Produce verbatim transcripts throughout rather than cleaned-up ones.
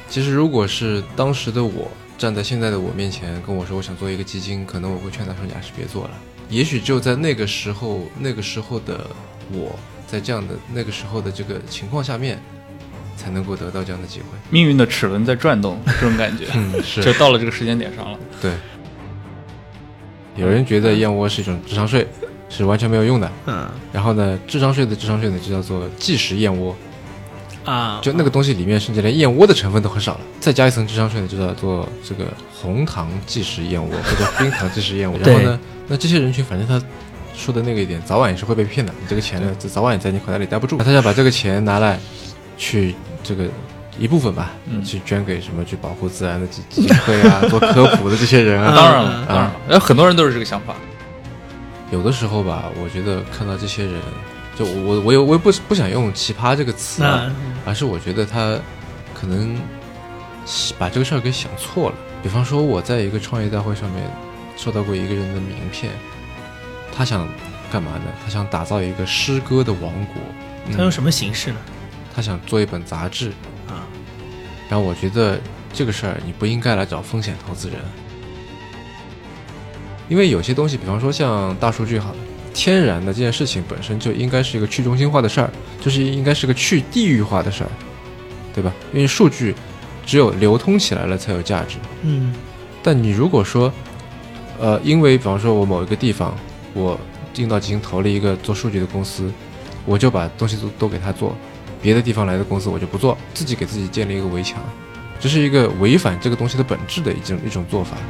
其实如果是当时的我站在现在的我面前跟我说我想做一个基金，可能我会劝他说你还是别做了。也许只有在那个时候那个时候的我在这样的那个时候的这个情况下面才能够得到这样的机会。 命运的齿轮在转动，这种感觉嗯，是就到了这个时间点上了。 对，有人觉得燕窝是一种智商税，是完全没有用的。 嗯， 然后呢，智商税的智商税呢就叫做即食燕窝啊， 就那个东西里面甚至连燕窝的成分都很少了。再加一层智商税呢，就叫做这个红糖即食燕窝或者冰糖即食燕窝。然后呢，那这些人群反正他说的那个一点，早晚也是会被骗的。你这个钱呢，早晚也在你口袋里待不住。他想把这个钱拿来去这个一部分吧，嗯、去捐给什么去保护自然的基基金会啊，做科普的这些人啊。 当然了，当然了，有、啊、很多人都是这个想法。 有的时候吧，我觉得看到这些人，就我我我我不不想用奇葩这个词啊，而是我觉得他可能把这个事儿给想错了。比方说我在一个创业大会上面收到过一个人的名片，他想干嘛呢？他想打造一个诗歌的王国。 嗯、他用什么形式呢？ 他想做一本杂志啊。然后我觉得这个事儿你不应该来找风险投资人。因为有些东西，比方说像大数据好了，天然的这件事情本身就应该是一个去中心化的事儿，就是应该是个去地域化的事儿，对吧？因为数据只有流通起来了才有价值。 嗯。 但你如果说，呃，因为比方说我某一个地方，我进到基金投了一个做数据的公司，我就把东西都都给他做，别的地方来的公司我就不做，自己给自己建立一个围墙，这是一个违反这个东西的本质的一种一种做法。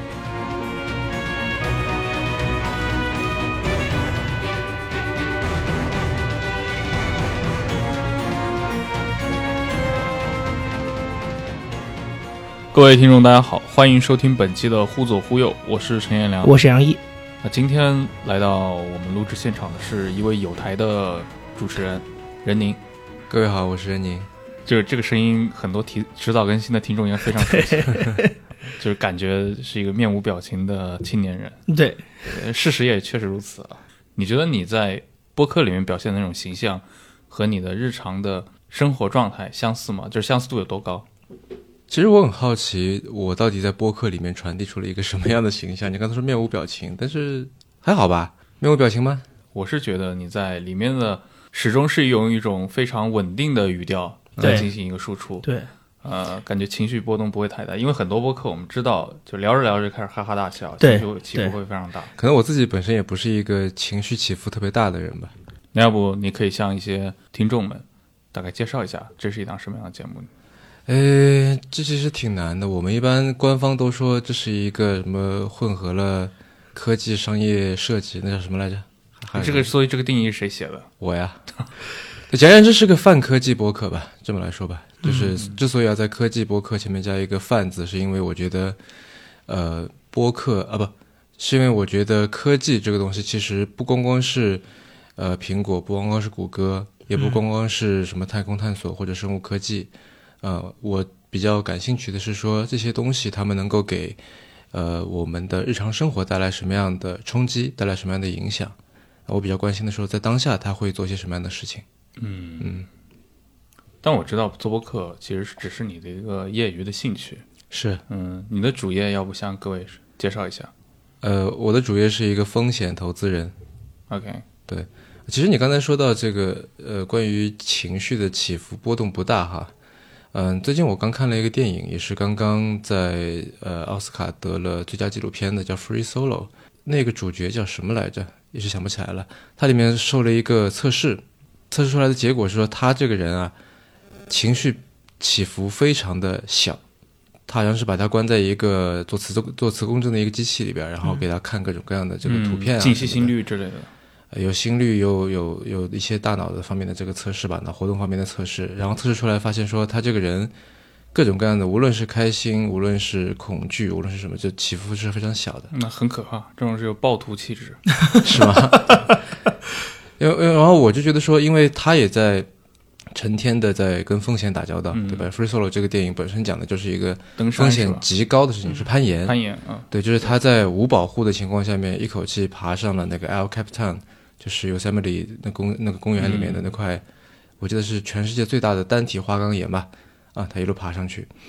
各位听众大家好，欢迎收听本期的忽左忽右，我是陈彦良， 我是杨毅。 那今天来到我们录制现场的是一位有台的主持人任宁。 各位好，我是任宁。 这这个声音很多提迟早更新的听众应该非常熟悉就是感觉是一个面无表情的青年人。 对， 事实也确实如此啊。你觉得你在播客里面表现的那种形象和你的日常的生活状态相似吗？就是相似度有多高？ 其实我很好奇，我到底在播客里面传递出了一个什么样的形象？你刚才说面无表情，但是还好吧？面无表情吗？ 我是觉得你在里面的始终是用一种非常稳定的语调来进行一个输出。 对， 呃，感觉情绪波动不会太大，因为很多播客我们知道，就聊着聊着开始哈哈大笑，情绪起伏会非常大。 可能我自己本身也不是一个情绪起伏特别大的人吧。 那要不你可以向一些听众们大概介绍一下，这是一档什么样的节目呢？ 呃，这其实挺难的。我们一般官方都说这是一个什么混合了科技、商业、设计，那叫什么来着？ 这个，所以这个定义是谁写的？ 我呀。简言之是个泛科技播客吧，这么来说吧。就是之所以要在科技播客前面加一个泛字，是因为我觉得，呃，播客啊不，是因为我觉得科技这个东西其实不光光是呃苹果，不光光是谷歌，也不光光是什么太空探索或者生物科技。呃，我比较感兴趣的是说这些东西它们能够给呃我们的日常生活带来什么样的冲击，带来什么样的影响。我比较关心的时候，在当下他会做些什么样的事情。 嗯嗯。但我知道做播客其实只是你的一个业余的兴趣。 是。嗯， 你的主业要不向各位介绍一下？ 呃，我的主业是一个风险投资人。 OK。 对。其实你刚才说到这个呃关于情绪的起伏波动不大哈。嗯，最近我刚看了一个电影，也是刚刚在呃奥斯卡得了最佳纪录片的，叫 Free Solo。那个主角叫什么来着？也是想不起来了。他里面受了一个测试，测试出来的结果是说他这个人啊，情绪起伏非常的小。他好像是把他关在一个做磁做磁共振的一个机器里边，然后给他看各种各样的这个图片啊， 静息心率之类的。 有心率，有有有一些大脑的方面的这个测试吧，脑活动方面的测试，然后测试出来发现说他这个人各种各样的，无论是开心，无论是恐惧，无论是什么，就起伏是非常小的。 那很可怕，这种是有暴徒气质， 是吗？因为然后我就觉得说，因为他也在成天的在跟风险打交道，嗯、对吧 ？Free Solo 这个电影本身讲的就是一个风险极高的事情，是攀岩。 攀岩啊， 对，就是他在无保护的情况下面，一口气爬上了那个 El Capitan。就是 Yosemite 那公那个公园里面的那块、嗯，我记得是全世界最大的单体花岗岩吧，啊，他一路爬上去，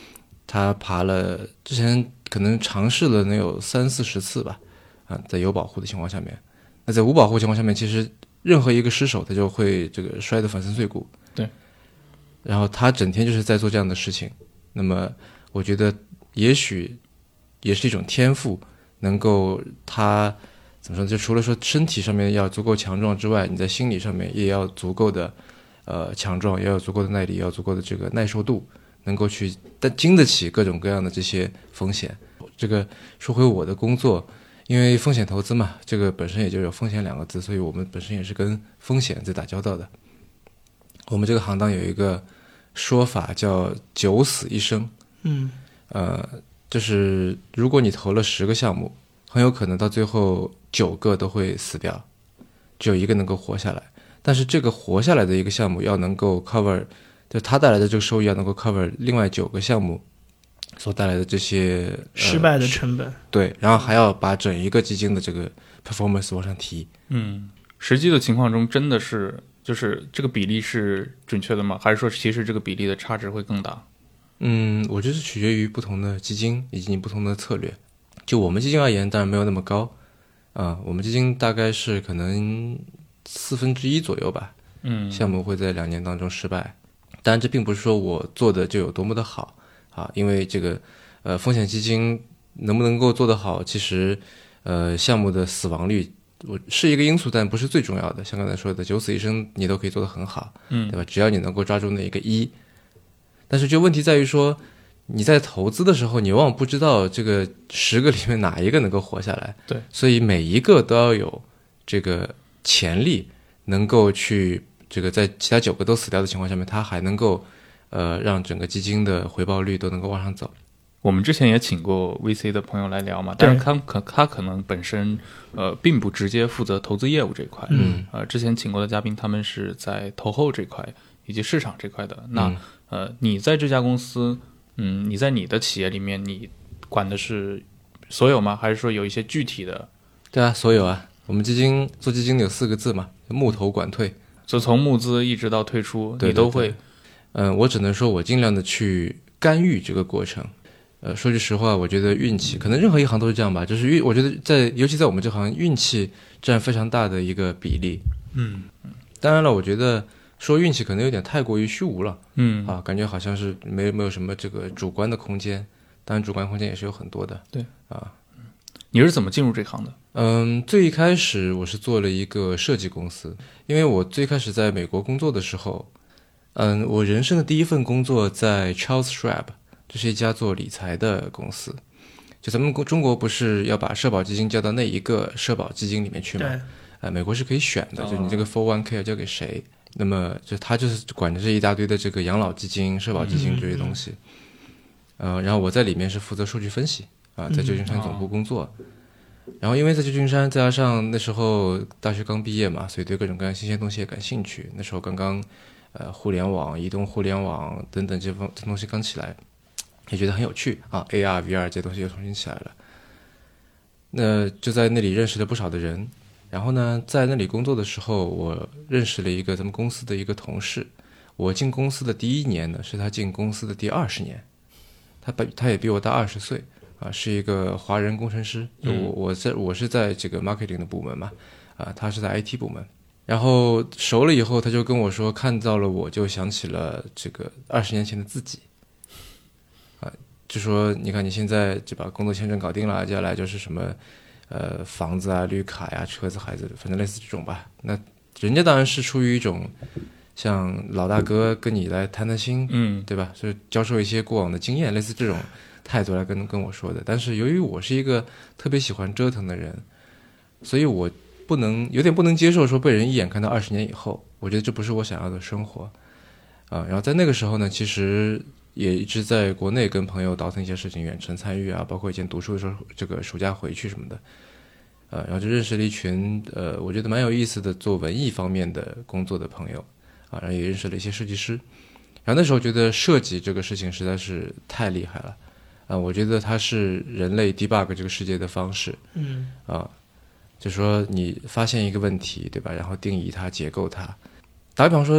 他爬了之前可能尝试了能有三四十次吧，啊，在有保护的情况下面，那在无保护情况下面，其实任何一个失手他就会这个摔得粉身碎骨。 对， 然后他整天就是在做这样的事情，那么我觉得也许也是一种天赋，能够他怎么说呢？就除了说身体上面要足够强壮之外，你在心理上面也要足够的呃强壮，也要有足够的耐力，也要有足够的这个耐受度，能够去但经得起各种各样的这些风险。这个说回我的工作，因为风险投资嘛，这个本身也就有风险两个字，所以我们本身也是跟风险在打交道的。我们这个行当有一个说法叫九死一生， 嗯， 呃，就是如果你投了十个项目，很有可能到最后九个都会死掉，只有一个能够活下来。但是这个活下来的一个项目要能够 cover， 就它带来的这个收益要能够 cover 另外九个项目所带来的这些、呃、 失败的成本。 对，然后还要把整一个基金的这个 performance 往上提。 嗯，实际的情况中真的是就是这个比例是准确的吗？还是说其实这个比例的差值会更大？ 嗯，我觉得是取决于不同的基金以及你不同的策略。就我们基金而言，当然没有那么高啊、呃，我们基金大概是可能四分之一左右吧。 嗯， 项目会在两年当中失败，当然这并不是说我做的就有多么的好啊，因为这个呃风险基金能不能够做得好，其实呃项目的死亡率我是一个因素，但不是最重要的。像刚才说的九死一生，你都可以做得很好， 嗯， 对吧？只要你能够抓住那一个一。但是就问题在于说，你在投资的时候，你往往不知道这个十个里面哪一个能够活下来。 对， 所以每一个都要有这个潜力，能够去这个在其他九个都死掉的情况下面，它还能够呃让整个基金的回报率都能够往上走。 我们之前也请过 V C 的朋友来聊嘛，但是他可他可能本身呃并不直接负责投资业务这块， 嗯， 呃，之前请过的嘉宾他们是在投后这块以及市场这块的。那、 嗯、 呃，你在这家公司，嗯，你在你的企业里面，你管的是所有吗？还是说有一些具体的？ 对啊，所有啊。我们基金做基金有四个字嘛，募投管退， 就从募资一直到退出， 对对对， 你都会。 嗯，我只能说我尽量的去干预这个过程。呃，说句实话，我觉得运气可能任何一行都是这样吧，就是运，我觉得在尤其在我们这行，运气占非常大的一个比例。 嗯， 当然了，我觉得说运气可能有点太过于虚无了。 嗯啊，感觉好像是没没有什么这个主观的空间，当然主观空间也是有很多的。 对啊， 你是怎么进入这行的？ 嗯，最一开始我是做了一个设计公司，因为我最开始在美国工作的时候，嗯，我人生的第一份工作在 Charles Schwab。这是一家做理财的公司，就咱们中国不是要把社保基金交到那一个社保基金里面去吗？ 对， 呃，美国是可以选的，就你这个 四一 k 要交给谁，那么就他就是管着这一大堆的这个养老基金、社保基金这些东西。嗯、呃，然后我在里面是负责数据分析啊、呃，在旧金山总部工作。嗯、然后因为在旧金山，再加上那时候大学刚毕业嘛，所以对各种各样新鲜东西也感兴趣。那时候刚刚呃互联网、移动互联网等等这方这东西刚起来。也觉得很有趣啊 ，A R、V R 这些东西又重新起来了。那就在那里认识了不少的人，然后呢，在那里工作的时候，我认识了一个咱们公司的一个同事。我进公司的第一年呢，是他进公司的第二十年，他比他也比我大二十岁啊，是一个华人工程师。就我我在我是在这个 marketing 的部门嘛，啊，他是在 I T 部门。然后熟了以后，他就跟我说，看到了我就想起了这个二十年前的自己。啊，就说你看你现在就把工作签证搞定了，接下来就是什么，呃，房子啊、绿卡呀、车子、孩子，反正类似这种吧。那人家当然是出于一种像老大哥跟你来谈谈心， 嗯， 对吧？就是教授一些过往的经验，类似这种态度来跟跟我说的。但是由于我是一个特别喜欢折腾的人，所以我不能有点不能接受说被人一眼看到二十年以后，我觉得这不是我想要的生活啊。然后在那个时候呢，其实。也一直在国内跟朋友倒腾一些事情，远程参与啊，包括以前读书的时候，这个暑假回去什么的，呃，然后就认识了一群呃，我觉得蛮有意思的做文艺方面的工作的朋友啊，然后也认识了一些设计师，然后那时候觉得设计这个事情实在是太厉害了啊，我觉得它是人类 debug 这个世界的方式， 嗯啊，就说你发现一个问题，对吧？然后定义它、结构它，打比方说。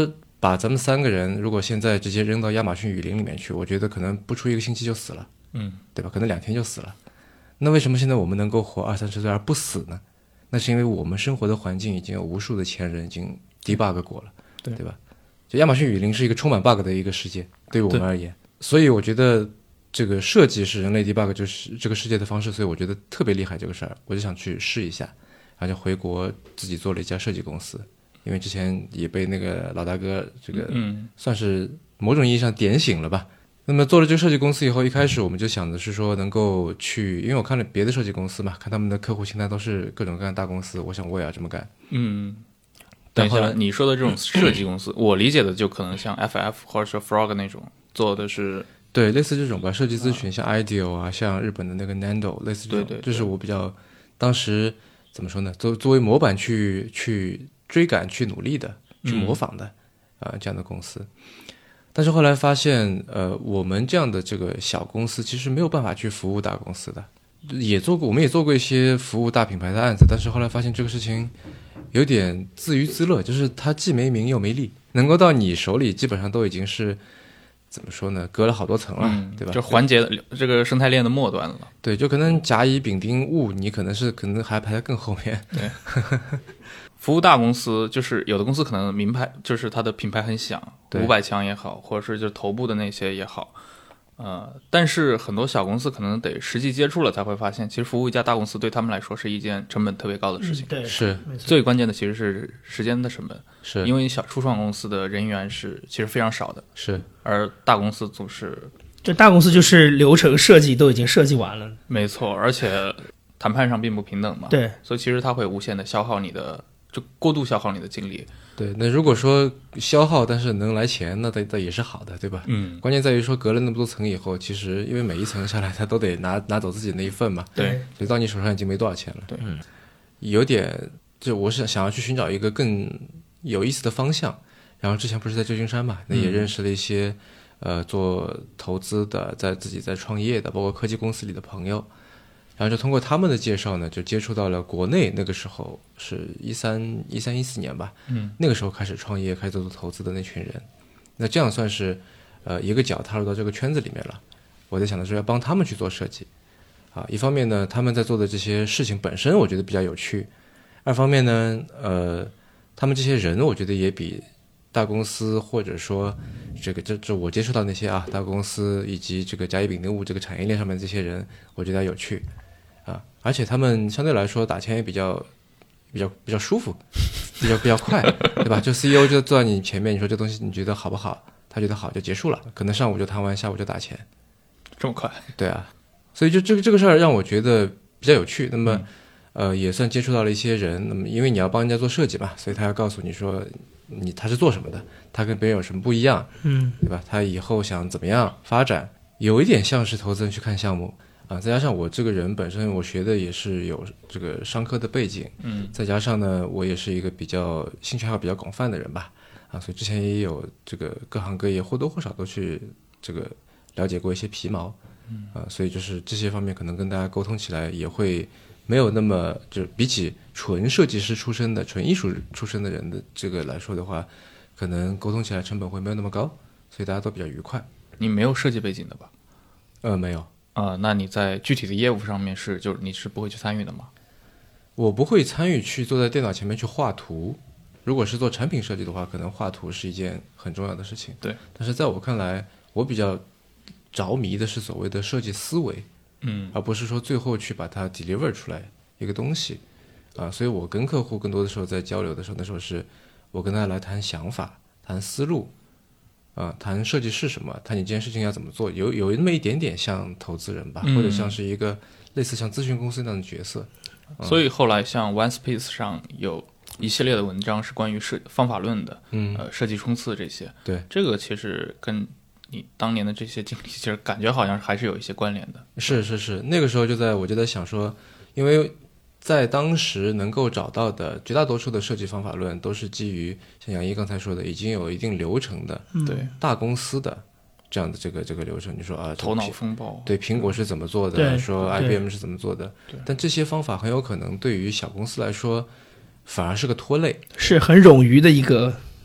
把咱们三个人如果现在直接扔到亚马逊雨林里面去，我觉得可能不出一个星期就死了， 嗯， 对吧？可能两天就死了。那为什么现在我们能够活二三十岁而不死呢？那是因为我们生活的环境已经有无数的前人已经 debug 过了， 对对吧？就亚马逊雨林是一个充满 bug 的一个世界，对于我们而言，所以我觉得这个设计是人类 debug 就是这个世界的方式，所以我觉得特别厉害这个事儿，我就想去试一下，然后就回国自己做了一家设计公司，因为之前也被那个老大哥这个嗯算是某种意义上点醒了吧。那么做了这个设计公司以后，一开始我们就想的是说能够去，因为我看了别的设计公司嘛，看他们的客户清单都是各种各样的大公司，我想我也要这么干。 嗯。等一下，你说的这种设计公司，我理解的就可能像 F F 或者说 Frog 那种做的是， 对，类似这种吧，设计咨询，像 Ideal 啊，像日本的那个 Nando， 类似这种， 对对对， 这是我比较当时怎么说呢，作作为模板去去追赶、去努力的、去模仿的啊、呃、这样的公司。但是后来发现，呃，我们这样的这个小公司其实没有办法去服务大公司的，也做过，我们也做过一些服务大品牌的案子，但是后来发现这个事情有点自娱自乐，就是它既没名又没利，能够到你手里基本上都已经是怎么说呢，隔了好多层了， 嗯、 对吧？ 就环节这个生态链的末端了。 对，就可能甲乙丙丁戊，你可能是可能还排在更后面。 对。服务大公司就是有的公司可能名牌就是它的品牌很响，五百强也好，或者是就是头部的那些也好，呃，但是很多小公司可能得实际接触了才会发现，其实服务一家大公司对他们来说是一件成本特别高的事情。 嗯、对， 是最关键的其实是时间的成本， 是因为小初创公司的人员是其实非常少的， 是， 而大公司总是， 就大公司就是流程设计都已经设计完了， 没错，而且谈判上并不平等嘛， 对， 所以其实它会无限的消耗你的。就过度消耗你的精力。 对，那如果说消耗但是能来钱，那那也是好的，对吧？ 嗯， 关键在于说隔了那么多层以后，其实因为每一层下来他都得拿拿走自己那一份嘛， 对， 所以到你手上已经没多少钱了。 对， 嗯，有点就我是想要去寻找一个更有意思的方向。然后之前不是在旧金山嘛，那也认识了一些、嗯、呃做投资的，在自己在创业的，包括科技公司里的朋友。然后就通过他们的介绍呢，就接触到了国内那个时候是一三一三一四年吧， 嗯， 那个时候开始创业、开始做投资的那群人，那这样算是呃一个脚踏入到这个圈子里面了。我在想的是要帮他们去做设计，啊，一方面呢，他们在做的这些事情本身我觉得比较有趣，二方面呢，呃，他们这些人我觉得也比大公司或者说这个这这我接触到那些啊大公司以及这个甲乙丙丁戊这个产业链上面这些人，我觉得有趣。啊，而且他们相对来说打钱也比较比较比较舒服，比较比较快，对吧？就 C E O 就坐在你前面，你说这东西你觉得好不好？他觉得好就结束了，可能上午就谈完，下午就打钱， 这么快？ 对啊，所以就这个这个事儿让我觉得比较有趣。那么，嗯、呃，也算接触到了一些人。那么，因为你要帮人家做设计嘛，所以他要告诉你说你他是做什么的，他跟别人有什么不一样， 嗯， 对吧？他以后想怎么样发展，有一点像是投资人去看项目。啊，再加上我这个人本身我学的也是有这个商科的背景， 嗯， 再加上呢，我也是一个比较兴趣爱好比较广泛的人吧，啊，所以之前也有这个各行各业或多或少都去这个了解过一些皮毛，嗯，啊，所以就是这些方面可能跟大家沟通起来也会没有那么，就比起纯设计师出身的、纯艺术出身的人的这个来说的话，可能沟通起来成本会没有那么高，所以大家都比较愉快。 你没有设计背景的吧？ 呃，没有。 啊、呃，那你在具体的业务上面是，就是你是不会去参与的吗？ 我不会参与去坐在电脑前面去画图。如果是做产品设计的话，可能画图是一件很重要的事情。 对， 但是在我看来，我比较着迷的是所谓的设计思维， 嗯， 而不是说最后去把它 deliver 出来一个东西啊。所以我跟客户更多的时候在交流的时候，那时候是我跟他来谈想法、谈思路。啊，谈设计是什么？谈你这件事情要怎么做？有有那么一点点像投资人吧， 嗯、 或者像是一个类似像咨询公司那样的角色。 嗯、所以后来像 OneSpace 上有一系列的文章是关于设方法论的， 嗯， 呃，设计冲刺这些。 对， 这个其实跟你当年的这些经历，其实感觉好像还是有一些关联的。 是是是，那个时候就在我就在想说，因为在当时能够找到的绝大多数的设计方法论都是基于像杨一刚才说的已经有一定流程的对大公司的这样的这个这个流程。你说啊， 头脑风暴， 对，苹果是怎么做的，说 I B M 是怎么做的， 对， 但这些方法很有可能对于小公司来说反而是个拖累， 是很冗余的一个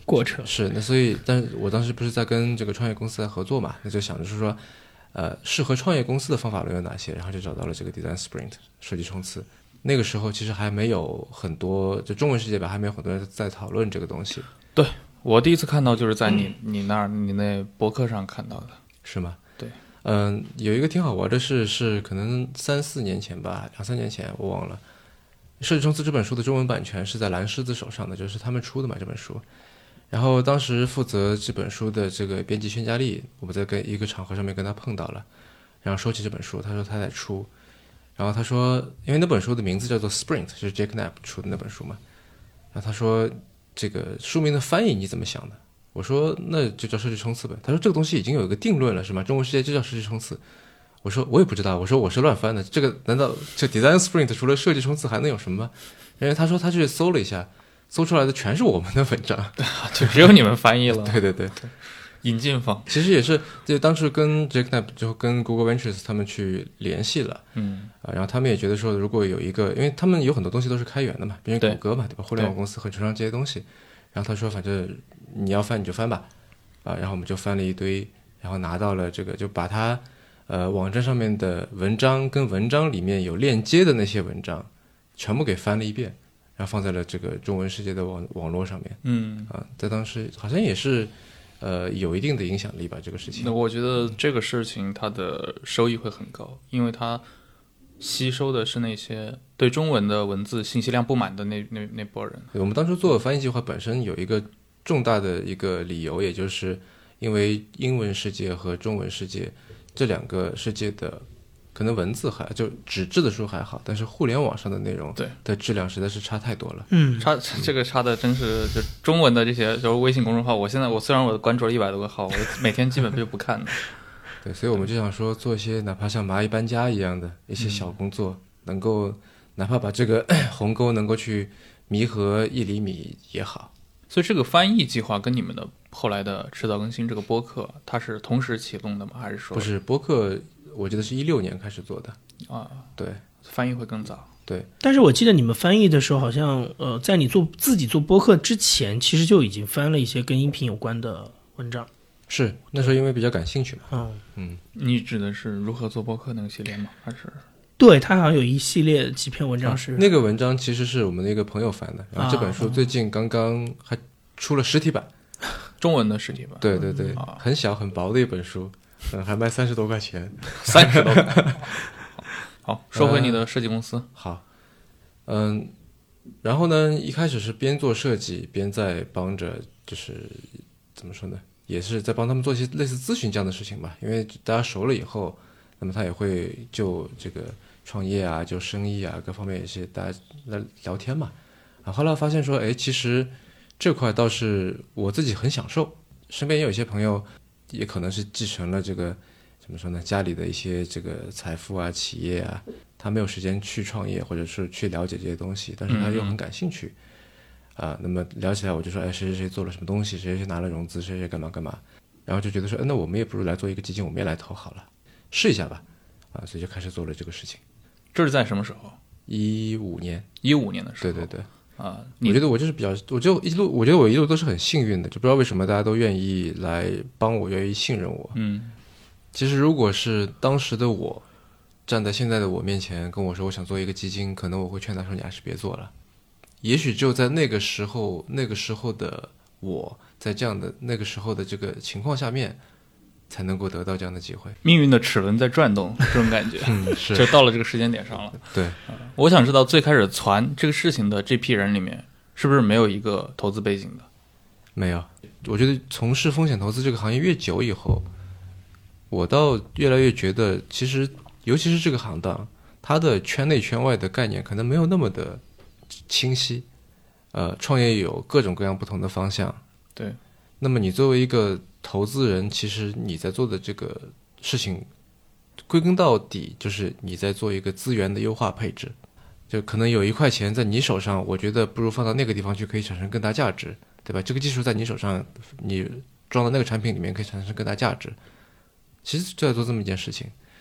过程。 是，那所以，但是我当时不是在跟这个创业公司在合作嘛，那就想着是说，呃，适合创业公司的方法论有哪些，然后就找到了这个 Design Sprint 设计冲刺。那个时候其实还没有很多，就中文世界吧，还没有很多人在讨论这个东西。 对，我第一次看到就是在你、嗯、你那儿你那博客上看到的。 是吗？ 对， 嗯、呃，有一个挺好玩的事是，可能三四年前吧，两三年前我忘了。设计冲刺这本书的中文版权是在蓝狮子手上的，就是他们出的嘛这本书。然后当时负责这本书的这个编辑宣嘉丽，我们在跟一个场合上面跟他碰到了，然后说起这本书，他说他在出，然后他说因为那本书的名字叫做 Sprint， 是 Jack Knapp 出的那本书嘛，然后他说这个书名的翻译你怎么想的？我说那就叫设计冲刺呗。他说这个东西已经有一个定论了是吗？中文世界就叫设计冲刺。我说我也不知道，我说我是乱翻的，这个难道这 Design Sprint 除了设计冲刺还能有什么吗？因为他说他去搜了一下，搜出来的全是我们的文章， 就只有你们翻译了。 对对对， 引进方其实也是，就当时跟 Jack Knapp 就跟 Google Ventures 他们去联系了， 嗯啊，然后他们也觉得说，如果有一个，因为他们有很多东西都是开源的嘛，比如谷歌嘛，对吧？互联网公司很崇尚这些东西。然后他说，反正你要翻你就翻吧，啊，然后我们就翻了一堆，然后拿到了这个，就把它呃网站上面的文章跟文章里面有链接的那些文章全部给翻了一遍，然后放在了这个中文世界的网网络上面。 嗯啊，在当时好像也是呃有一定的影响力吧，这个事情。 那我觉得这个事情它的收益会很高，因为它吸收的是那些对中文的文字信息量不满的那那那波人。 我们当初做翻译计划本身有一个重大的一个理由，也就是因为英文世界和中文世界这两个世界的可能文字还就纸质的书还好，但是互联网上的内容的质量实在是差太多了。 嗯， 差这个差的真是就中文的这些就是微信公众号，我现在我虽然我关注了一百多个号，我每天基本就不看的。 对，所以我们就想说做一些哪怕像蚂蚁搬家一样的一些小工作，嗯、能够哪怕把这个鸿沟能够去弥合一厘米也好。 所以这个翻译计划跟你们的后来的迟早更新这个播客，它是同时启动的吗？还是说不是？播客我记得是一六年开始做的啊， 对， 翻译会更早。 对， 但是我记得你们翻译的时候，好像呃，在你做自己做播客之前，其实就已经翻了一些跟音频有关的文章。 是那时候因为比较感兴趣嘛。 嗯嗯， 你指的是如何做播客那个系列吗？还是？ 对，他好像有一系列几篇文章是、 啊、那个文章其实是我们的一个朋友翻的，然后这本书最近刚刚还出了实体版， 中文的实体版。 对对对， 啊、 很小很薄的一本书，嗯，还卖三十多块钱， 三十多块。好，说回你的设计公司。 呃、好，嗯，然后呢，一开始是边做设计边在帮着，就是怎么说呢，也是在帮他们做一些类似咨询这样的事情吧，因为大家熟了以后。那么他也会就这个创业啊，就生意啊，各方面一些大家来聊天嘛。啊，后来发现说，哎，其实这块倒是我自己很享受。身边也有一些朋友，也可能是继承了这个怎么说呢，家里的一些这个财富啊、企业啊，他没有时间去创业或者是去了解这些东西，但是他又很感兴趣。啊、呃，那么聊起来我就说，哎，谁谁谁做了什么东西，谁谁谁拿了融资，谁谁干嘛干嘛，然后就觉得说，哎，那我们也不如来做一个基金，我们也来投好了。试一下吧，啊，所以就开始做了这个事情。 这是在什么时候？ 一五年， 一五年的时候。 对对对， 啊， 我觉得我就是比较，我就一路，我觉得我一路都是很幸运的，就不知道为什么大家都愿意来帮我，愿意信任我。 嗯， 其实如果是当时的我站在现在的我面前跟我说我想做一个基金，可能我会劝他说你还是别做了。也许就在那个时候，那个时候的我在这样的那个时候的这个情况下面。才能够得到这样的机会， 命运的齿轮在转动，这种感觉， 嗯，是， 就到了这个时间点上了。 对、 嗯，我想知道最开始传这个事情的这批人里面，是不是没有一个投资背景的？ 没有，我觉得从事风险投资这个行业越久以后，我倒越来越觉得，其实尤其是这个行当，它的圈内圈外的概念可能没有那么的清晰。呃，创业有各种各样不同的方向， 对。 那么你作为一个投资人，其实你在做的这个事情归根到底就是你在做一个资源的优化配置，就可能有一块钱在你手上，我觉得不如放到那个地方去可以产生更大价值，对吧？这个技术在你手上，你装到那个产品里面可以产生更大价值，其实就在做这么一件事情。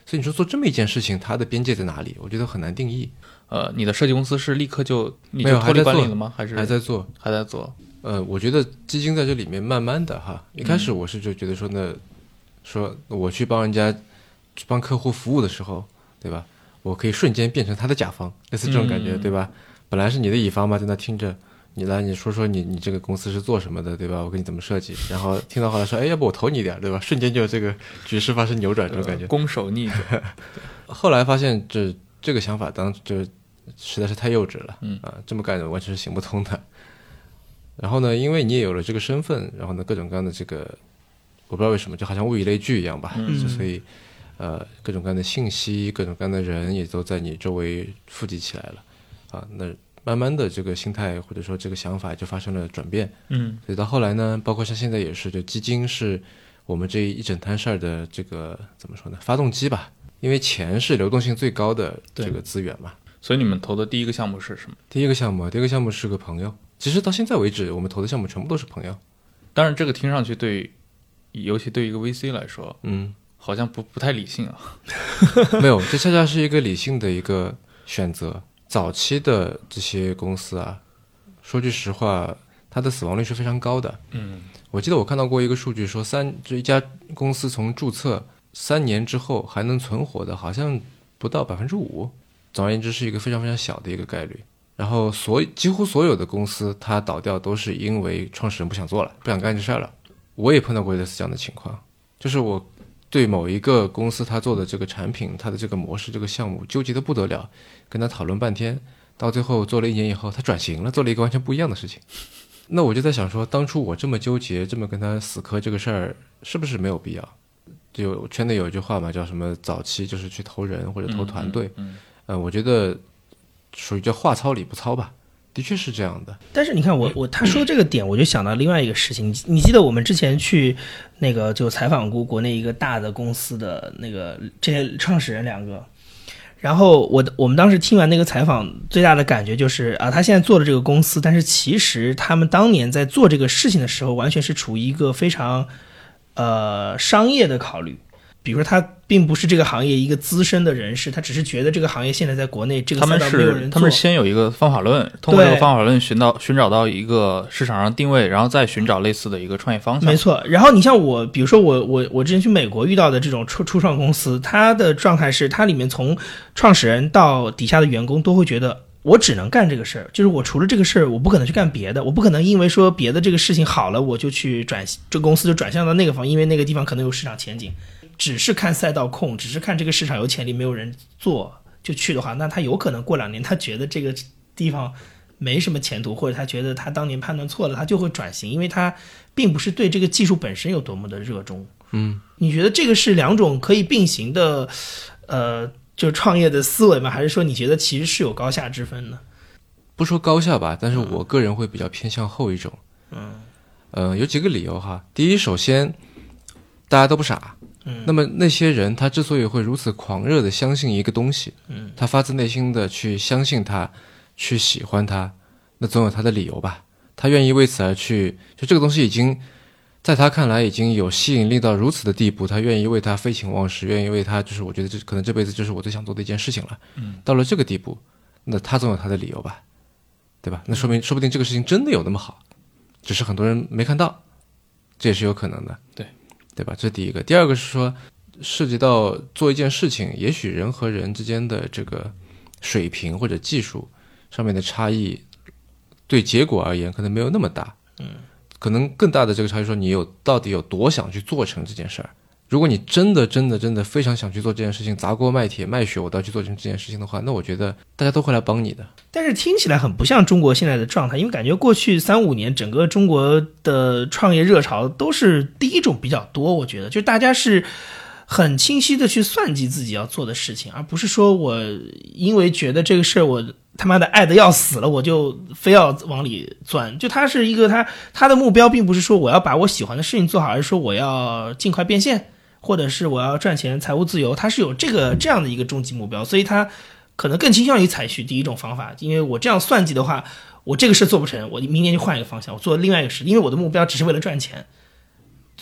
所以你说做这么一件事情，它的边界在哪里？我觉得很难定义。 呃，你的设计公司是立刻就你就脱离管理了吗？还是还在做？ 还在做。 呃，我觉得基金在这里面慢慢的哈，一开始我是就觉得说呢，嗯、说我去帮人家去帮客户服务的时候，对吧？我可以瞬间变成他的甲方，类似这种感觉，嗯、对吧？本来是你的乙方嘛，在那听着，你来你说说你你这个公司是做什么的，对吧？我给你怎么设计，然后听到后来说，哎，要不我投你一点，对吧？瞬间就这个局势发生扭转，这种感觉。 呃、攻守逆转。 后来发现这这个想法当就实在是太幼稚了， 嗯啊，这么干完全是行不通的。然后呢，因为你也有了这个身份，然后呢，各种各样的这个，我不知道为什么，就好像物以类聚一样吧， 嗯、 所以，呃，各种各样的信息，各种各样的人也都在你周围富集起来了，啊，那慢慢的这个心态或者说这个想法就发生了转变， 嗯， 所以到后来呢，包括像现在也是，就基金是我们这一整摊事儿的这个怎么说呢，发动机吧，因为钱是流动性最高的这个资源嘛。 所以你们投的第一个项目是什么？ 第一个项目，第一个项目是个朋友。其实到现在为止，我们投的项目全部都是朋友。 当然，这个听上去对，尤其对一个 V C 来说， 嗯， 好像不不太理性啊。 没有，这恰恰是一个理性的一个选择。早期的这些公司啊，说句实话，它的死亡率是非常高的。 嗯， 我记得我看到过一个数据说，三这一家公司从注册三年之后还能存活的，好像不到百分之五。总而言之，是一个非常非常小的一个概率。然后所几乎所有的公司它倒掉都是因为创始人不想做了，不想干这事儿了。我也碰到过类似这样的情况，就是我对某一个公司他做的这个产品，他的这个模式，这个项目纠结的不得了，跟他讨论半天，到最后做了一年以后，他转型了，做了一个完全不一样的事情。那我就在想说，当初我这么纠结，这么跟他死磕这个事儿，是不是没有必要？就圈内有一句话嘛，叫什么早期就是去投人或者投团队。 嗯，嗯嗯呃，我觉得属于叫话糙理不糙吧，的确是这样的。 但是你看我我他说这个点，我就想到另外一个事情。你记得我们之前去那个就采访过国内一个大的公司的那个这些创始人两个，然后我我们当时听完那个采访，最大的感觉就是啊，他现在做了这个公司，但是其实他们当年在做这个事情的时候，完全是处于一个非常呃商业的考虑。比如说他并不是这个行业一个资深的人士，他只是觉得这个行业现在在国内这个赛道没有人做。 他们是先有一个方法论，通过这个方法论寻到寻找到一个市场上定位，然后再寻找类似的一个创业方向。 没错。然后你像我，比如说我我我之前去美国遇到的这种初初创公司，它的状态是它里面从创始人到底下的员工都会觉得，我只能干这个事儿，就是我除了这个事儿，我不可能去干别的，我不可能因为说别的这个事情好了，我就去转这个公司就转向到那个方，因为那个地方可能有市场前景。只是看赛道控，只是看这个市场有潜力，没有人做就去的话，那他有可能过两年他觉得这个地方没什么前途，或者他觉得他当年判断错了，他就会转型，因为他并不是对这个技术本身有多么的热衷。 嗯， 你觉得这个是两种可以并行的，呃，就是创业的思维吗？还是说你觉得其实是有高下之分呢？ 不说高下吧，但是我个人会比较偏向后一种。 嗯， 呃，有几个理由哈。第一，首先大家都不傻。 嗯， 那么那些人他之所以会如此狂热的相信一个东西， 嗯， 他发自内心的去相信它，去喜欢它，那总有他的理由吧。他愿意为此而去，就这个东西已经在他看来已经有吸引力到如此的地步，他愿意为他废寝忘食，愿意为他就是我觉得这可能这辈子就是我最想做的一件事情了。 嗯， 到了这个地步，那他总有他的理由吧，对吧？那说明说不定这个事情真的有那么好，只是很多人没看到，这也是有可能的。 对。 对吧？这是第一个。第二个是说，涉及到做一件事情，也许人和人之间的这个水平或者技术上面的差异，对结果而言可能没有那么大。 嗯， 可能更大的这个差异说，你有到底有多想去做成这件事儿。如果你真的真的真的非常想去做这件事情，砸锅卖铁卖血我都要去做成这件事情的话，那我觉得大家都会来帮你的。 但是听起来很不像中国现在的状态，因为感觉过去三五年整个中国的创业热潮都是第一种比较多，我觉得就大家是很清晰的去算计自己要做的事情，而不是说我因为觉得这个事儿我他妈的爱的要死了，我就非要往里钻。就他是一个他他的目标并不是说我要把我喜欢的事情做好，而是说我要尽快变现，或者是我要赚钱财务自由，他是有这个这样的一个终极目标，所以他可能更倾向于采取第一种方法。因为我这样算计的话，我这个事做不成，我明年就换一个方向，我做另外一个事，因为我的目标只是为了赚钱。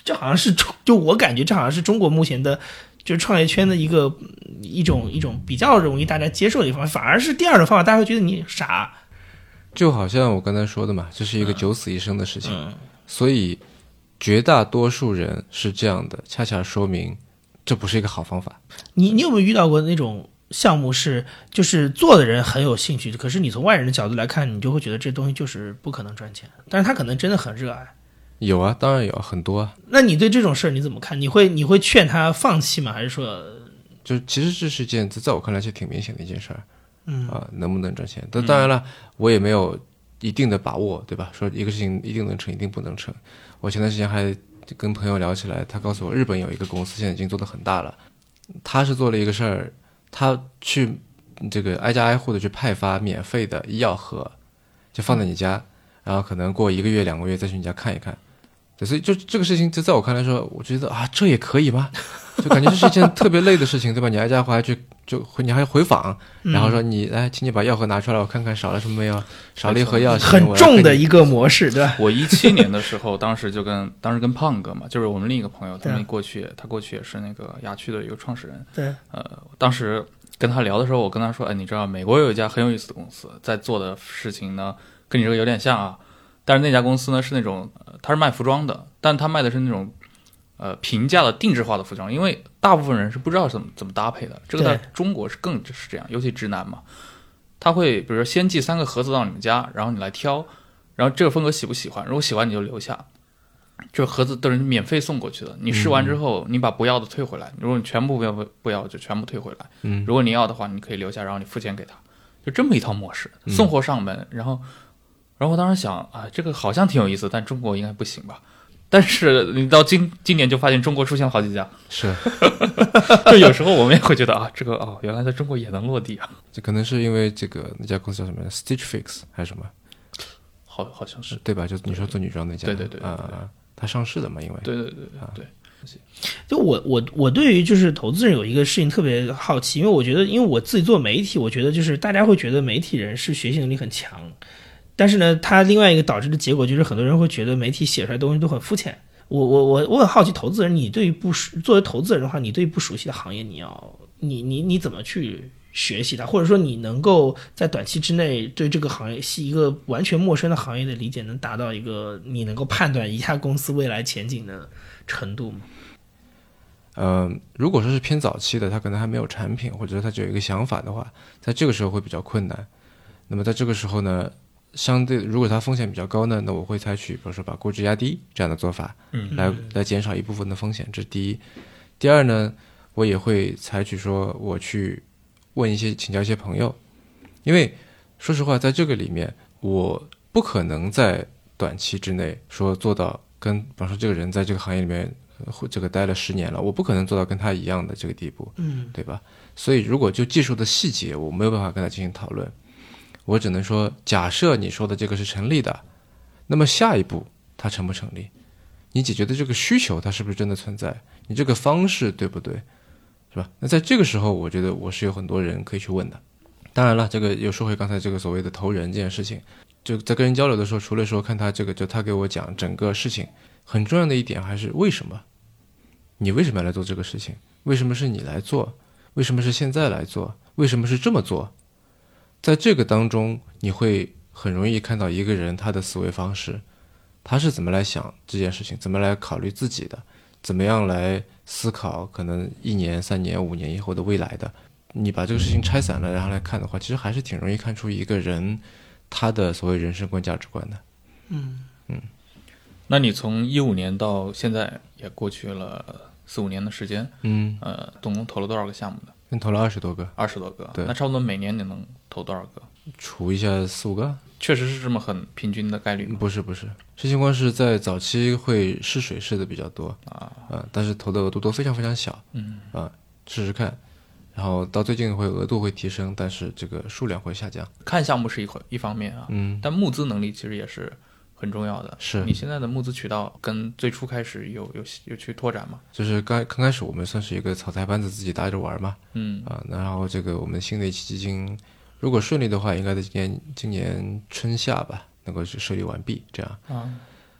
这好像是中，就我感觉这好像是中国目前的，就是创业圈的一个一种一种比较容易大家接受的一个方法，反而是第二种方法，大家会觉得你傻。 就好像我刚才说的嘛，这是一个九死一生的事情， 嗯嗯、 所以绝大多数人是这样的，恰恰说明这不是一个好方法。 你你有没有遇到过那种项目是就是做的人很有兴趣，可是你从外人的角度来看，你就会觉得这东西就是不可能赚钱，但是他可能真的很热爱。 有啊，当然有很多啊。 那你对这种事儿你怎么看？你会你会劝他放弃吗？还是说， 就其实这是件在我看来是挺明显的一件事儿， 嗯啊，能不能赚钱？但当然了，我也没有一定的把握，对吧？说一个事情一定能成，一定不能成。我前段时间还跟朋友聊起来，他告诉我，日本有一个公司现在已经做得很大了，他是做了一个事儿，他去这个挨家挨户的去派发免费的医药盒，就放在你家，然后可能过一个月两个月再去你家看一看。对，所以就这个事情，就在我看来说，我觉得啊，这也可以吗？就感觉这是一件特别累的事情，对吧？你挨家还去就你还回访，然后说你来，请你把药盒拿出来，我看看少了什么没有，少了一盒药， 很重的一个模式，对吧？ 我一七年的时候，当时就跟当时跟胖哥嘛，就是我们另一个朋友，他们过去，他过去也是那个雅趣的一个创始人。 对， 呃，当时跟他聊的时候，我跟他说，哎，你知道美国有一家很有意思的公司，在做的事情呢，跟你这个有点像啊。但是那家公司呢是那种，呃、他是卖服装的，但他卖的是那种，呃，平价的定制化的服装，因为大部分人是不知道怎么怎么搭配的。这个在中国是更是这样，尤其直男嘛，他会比如说先寄三个盒子到你们家，然后你来挑，然后这个风格喜不喜欢，如果喜欢你就留下，这盒子都是免费送过去的。你试完之后，你把不要的退回来，如果你全部不要不要就全部退回来。 嗯， 如果你要的话，你可以留下，然后你付钱给他，就这么一套模式，送货上门，然后。然后我当时想啊，这个好像挺有意思，但中国应该不行吧？但是你到今今年就发现中国出现了好几家， 是， 就有时候我们也会觉得啊，这个哦，原来在中国也能落地啊。 这可能是因为这个那家公司叫什么 Stitch Fix 还是什么？ 好，好像是对吧？就你说做女装那家， 对对对啊、呃，它上市的嘛，因为对对对对对。 就我我我对于就是投资人有一个事情特别好奇，因为我觉得，因为我自己做媒体，我觉得就是大家会觉得媒体人是学习能力很强。但是呢，它另外一个导致的结果就是很多人会觉得媒体写出来的东西都很肤浅。我我我我很好奇，投资人，你对于不作为投资人的话，你对于不熟悉的行业，你要你你你怎么去学习它，或者说你能够在短期之内对这个行业是一个完全陌生的行业的理解，能达到一个你能够判断一家公司未来前景的程度吗？ 呃，如果说是偏早期的，他可能还没有产品，或者说他只有一个想法的话，在这个时候会比较困难。那么在这个时候呢？相对，如果它风险比较高呢，那我会采取比如说把估值压低这样的做法， 嗯， 来来减少一部分的风险，这是第一。第二呢，我也会采取说我去问一些请教一些朋友，因为说实话，在这个里面我不可能在短期之内说做到跟，比方说这个人在这个行业里面这个待了十年了，我不可能做到跟他一样的这个地步， 嗯， 对吧？所以如果就技术的细节，我没有办法跟他进行讨论。我只能说，假设你说的这个是成立的，那么下一步它成不成立？你解决的这个需求它是不是真的存在？你这个方式对不对？是吧？那在这个时候，我觉得我是有很多人可以去问的。当然了，这个又说回刚才这个所谓的投人这件事情，就在跟人交流的时候，除了说看他这个，就他给我讲整个事情，很重要的一点还是为什么？你为什么要来做这个事情？为什么是你来做？为什么是现在来做？为什么是这么做？在这个当中，你会很容易看到一个人他的思维方式，他是怎么来想这件事情，怎么来考虑自己的，怎么样来思考可能一年、三年、五年以后的未来的。你把这个事情拆散了，然后来看的话，其实还是挺容易看出一个人他的所谓人生观、价值观的。 嗯嗯。那你从一五年到现在也过去了四五年的时间， 嗯， 呃，总共投了多少个项目呢？ 投了二十多个， 二十多个， 对， 那差不多每年你能投多少个？ 除一下四五个， 确实是这么很平均的概率吗？ 不是不是，这情况是在早期会试水试的比较多啊、 呃，但是投的额度都非常非常小， 嗯啊、呃，试试看，然后到最近会额度会提升，但是这个数量会下降。 看项目是一一方面啊， 嗯， 但募资能力其实也是很重要的。 是你现在的募资渠道跟最初开始有有有去拓展吗？ 就是刚刚开始我们算是一个草台班子自己搭着玩嘛， 嗯啊，然后这个我们新的一期基金，如果顺利的话，应该在今年今年春夏吧能够去设立完毕，这样啊。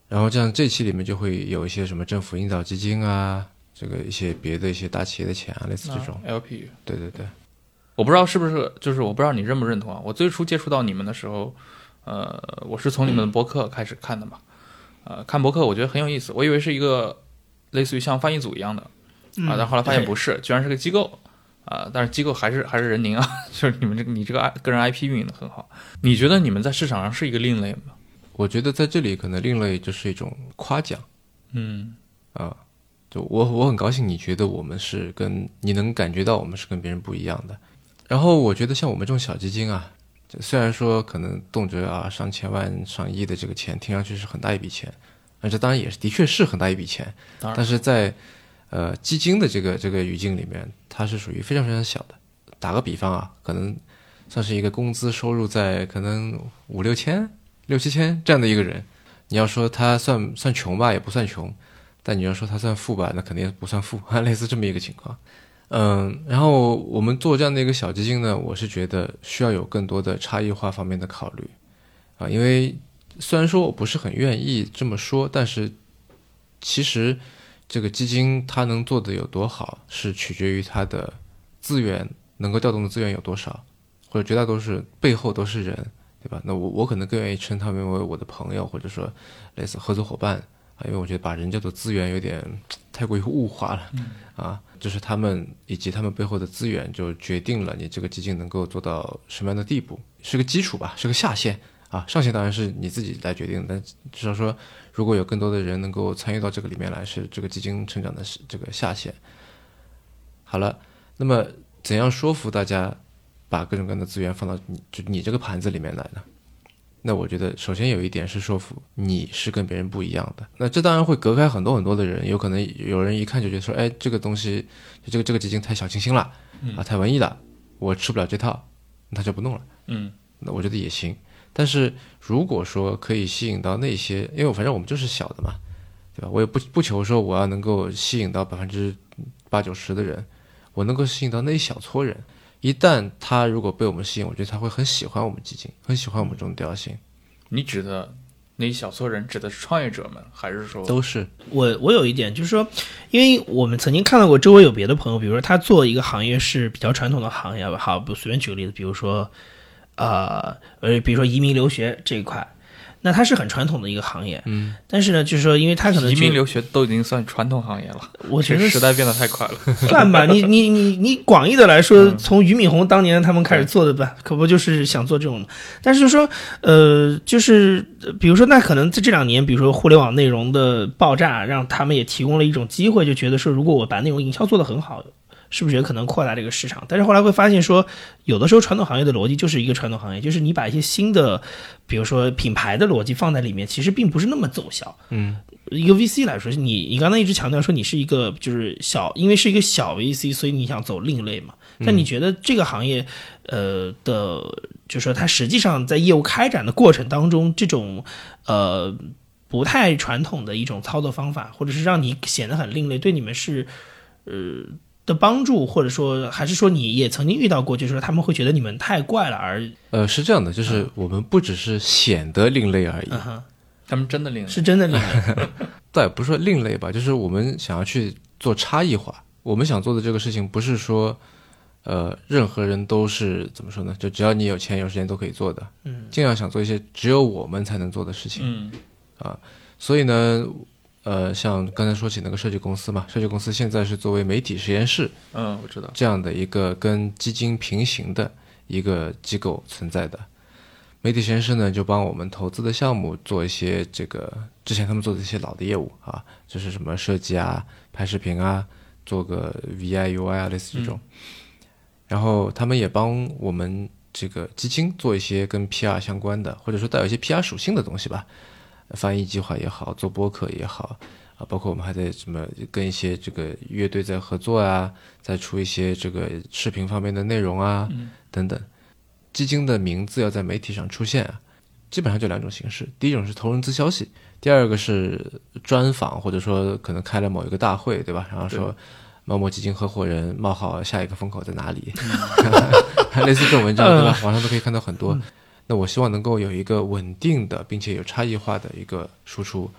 然后这样这期里面就会有一些什么政府引导基金啊，这个一些别的一些大企业的钱啊，类似这种、 啊、L P。 对对对， 我不知道是不是，就是我不知道你认不认同啊。我最初接触到你们的时候，呃，我是从你们的博客开始看的嘛。呃，看博客我觉得很有意思，我以为是一个类似于像翻译组一样的啊，但后来发现不是，居然是个机构啊。但是机构还是还是人宁啊，就是你们这个你这个个人 I P 运营的很好。你觉得你们在市场上是一个另类吗？ 我觉得在这里可能另类就是一种夸奖， 嗯啊，就我我很高兴你觉得我们是跟你能感觉到我们是跟别人不一样的。然后我觉得像我们这种小基金啊，虽然说可能动辄啊上千万上亿的这个钱听上去是很大一笔钱，而这当然也是的确是很大一笔钱，但是在呃基金的这个这个语境里面，它是属于非常非常小的。打个比方啊，可能算是一个工资收入在可能五六千六七千这样的一个人，你要说他算算穷吧，也不算穷，但你要说他算富吧，那肯定不算富，类似这么一个情况。嗯，然后我们做这样的一个小基金呢，我是觉得需要有更多的差异化方面的考虑啊，因为虽然说我不是很愿意这么说，但是其实这个基金它能做的有多好，是取决于它的资源能够调动的资源有多少，或者绝大多数背后都是人，对吧？那我我可能更愿意称他们为我的朋友，或者说类似合作伙伴啊，因为我觉得把人叫做资源有点太过于物化了、嗯、啊，就是他们以及他们背后的资源就决定了你这个基金能够做到什么样的地步，是个基础吧，是个下限啊，上限当然是你自己来决定，但至少说如果有更多的人能够参与到这个里面来，是这个基金成长的这个下限。好了，那么怎样说服大家把各种各样的资源放到你就你这个盘子里面来呢？那我觉得首先有一点是说服你是跟别人不一样的，那这当然会隔开很多很多的人，有可能有人一看就觉得说，哎，这个东西这个这个基金太小清新了、嗯、啊，太文艺了，我吃不了这套，那他就不弄了。 嗯， 那我觉得也行。但是如果说可以吸引到那些，因为反正我们就是小的嘛，对吧？我也不不求说我要能够吸引到百分之八九十的人，我能够吸引到那一小撮人。一旦他如果被我们吸引，我觉得他会很喜欢我们基金，很喜欢我们这种调性。 你指的那一小撮人指的是创业者们，还是说都是？ 我我有一点就是说，因为我们曾经看到过周围有别的朋友，比如说他做一个行业是比较传统的行业吧，好，不随便举个例子，比如说呃呃，比如说移民留学这一块。那它是很传统的一个行业， 嗯， 但是呢，就是说，因为它可能移民留学都已经算传统行业了， 我觉得时代变得太快了。 算吧，你你你你广义的来说，嗯、从俞敏洪当年他们开始做的吧，可不就是想做这种？但是说，呃，就是比如说，那可能在这两年，比如说互联网内容的爆炸，让他们也提供了一种机会，就觉得说，如果我把内容营销做得很好。是不是也可能扩大这个市场？但是后来会发现说，有的时候传统行业的逻辑就是一个传统行业，就是你把一些新的，比如说品牌的逻辑放在里面，其实并不是那么奏效。 嗯， 一个 V C 来说，你你刚才一直强调说你是一个就是小，因为是一个小 V C， 所以你想走另类嘛。但你觉得这个行业，呃的，就是说它实际上在业务开展的过程当中，这种呃不太传统的一种操作方法，或者是让你显得很另类，对你们是呃。的帮助，或者说还是说你也曾经遇到过，就是说他们会觉得你们太怪了而呃是这样的，就是我们不只是显得另类而已， 嗯、 他们真的另类， 是真的另类。 倒也不是说另类吧，就是我们想要去做差异化。我们想做的这个事情不是说，呃，任何人都是怎么说呢？就只要你有钱有时间都可以做的， 嗯， 尽量想做一些只有我们才能做的事情， 嗯啊，所以呢。呃，像刚才说起那个设计公司嘛，设计公司现在是作为媒体实验室， 嗯，我知道这样的一个跟基金平行的一个机构存在的。媒体实验室呢，就帮我们投资的项目做一些这个之前他们做的一些老的业务啊，就是什么设计啊、拍视频啊，做个 V I U I 啊，类似这种。嗯、然后他们也帮我们这个基金做一些跟 P R 相关的，或者说带有一些 P R 属性的东西吧。翻译计划也好，做播客也好啊，包括我们还在什么跟一些这个乐队在合作啊，再出一些这个视频方面的内容啊、嗯、等等。基金的名字要在媒体上出现啊，基本上就两种形式，第一种是投融资消息，第二个是专访，或者说可能开了某一个大会，对吧？然后说某某基金合伙人冒号下一个风口在哪里，嗯、类似这种文章，对吧？网上都可以看到很多。嗯，那我希望能够有一个稳定的并且有差异化的一个输出，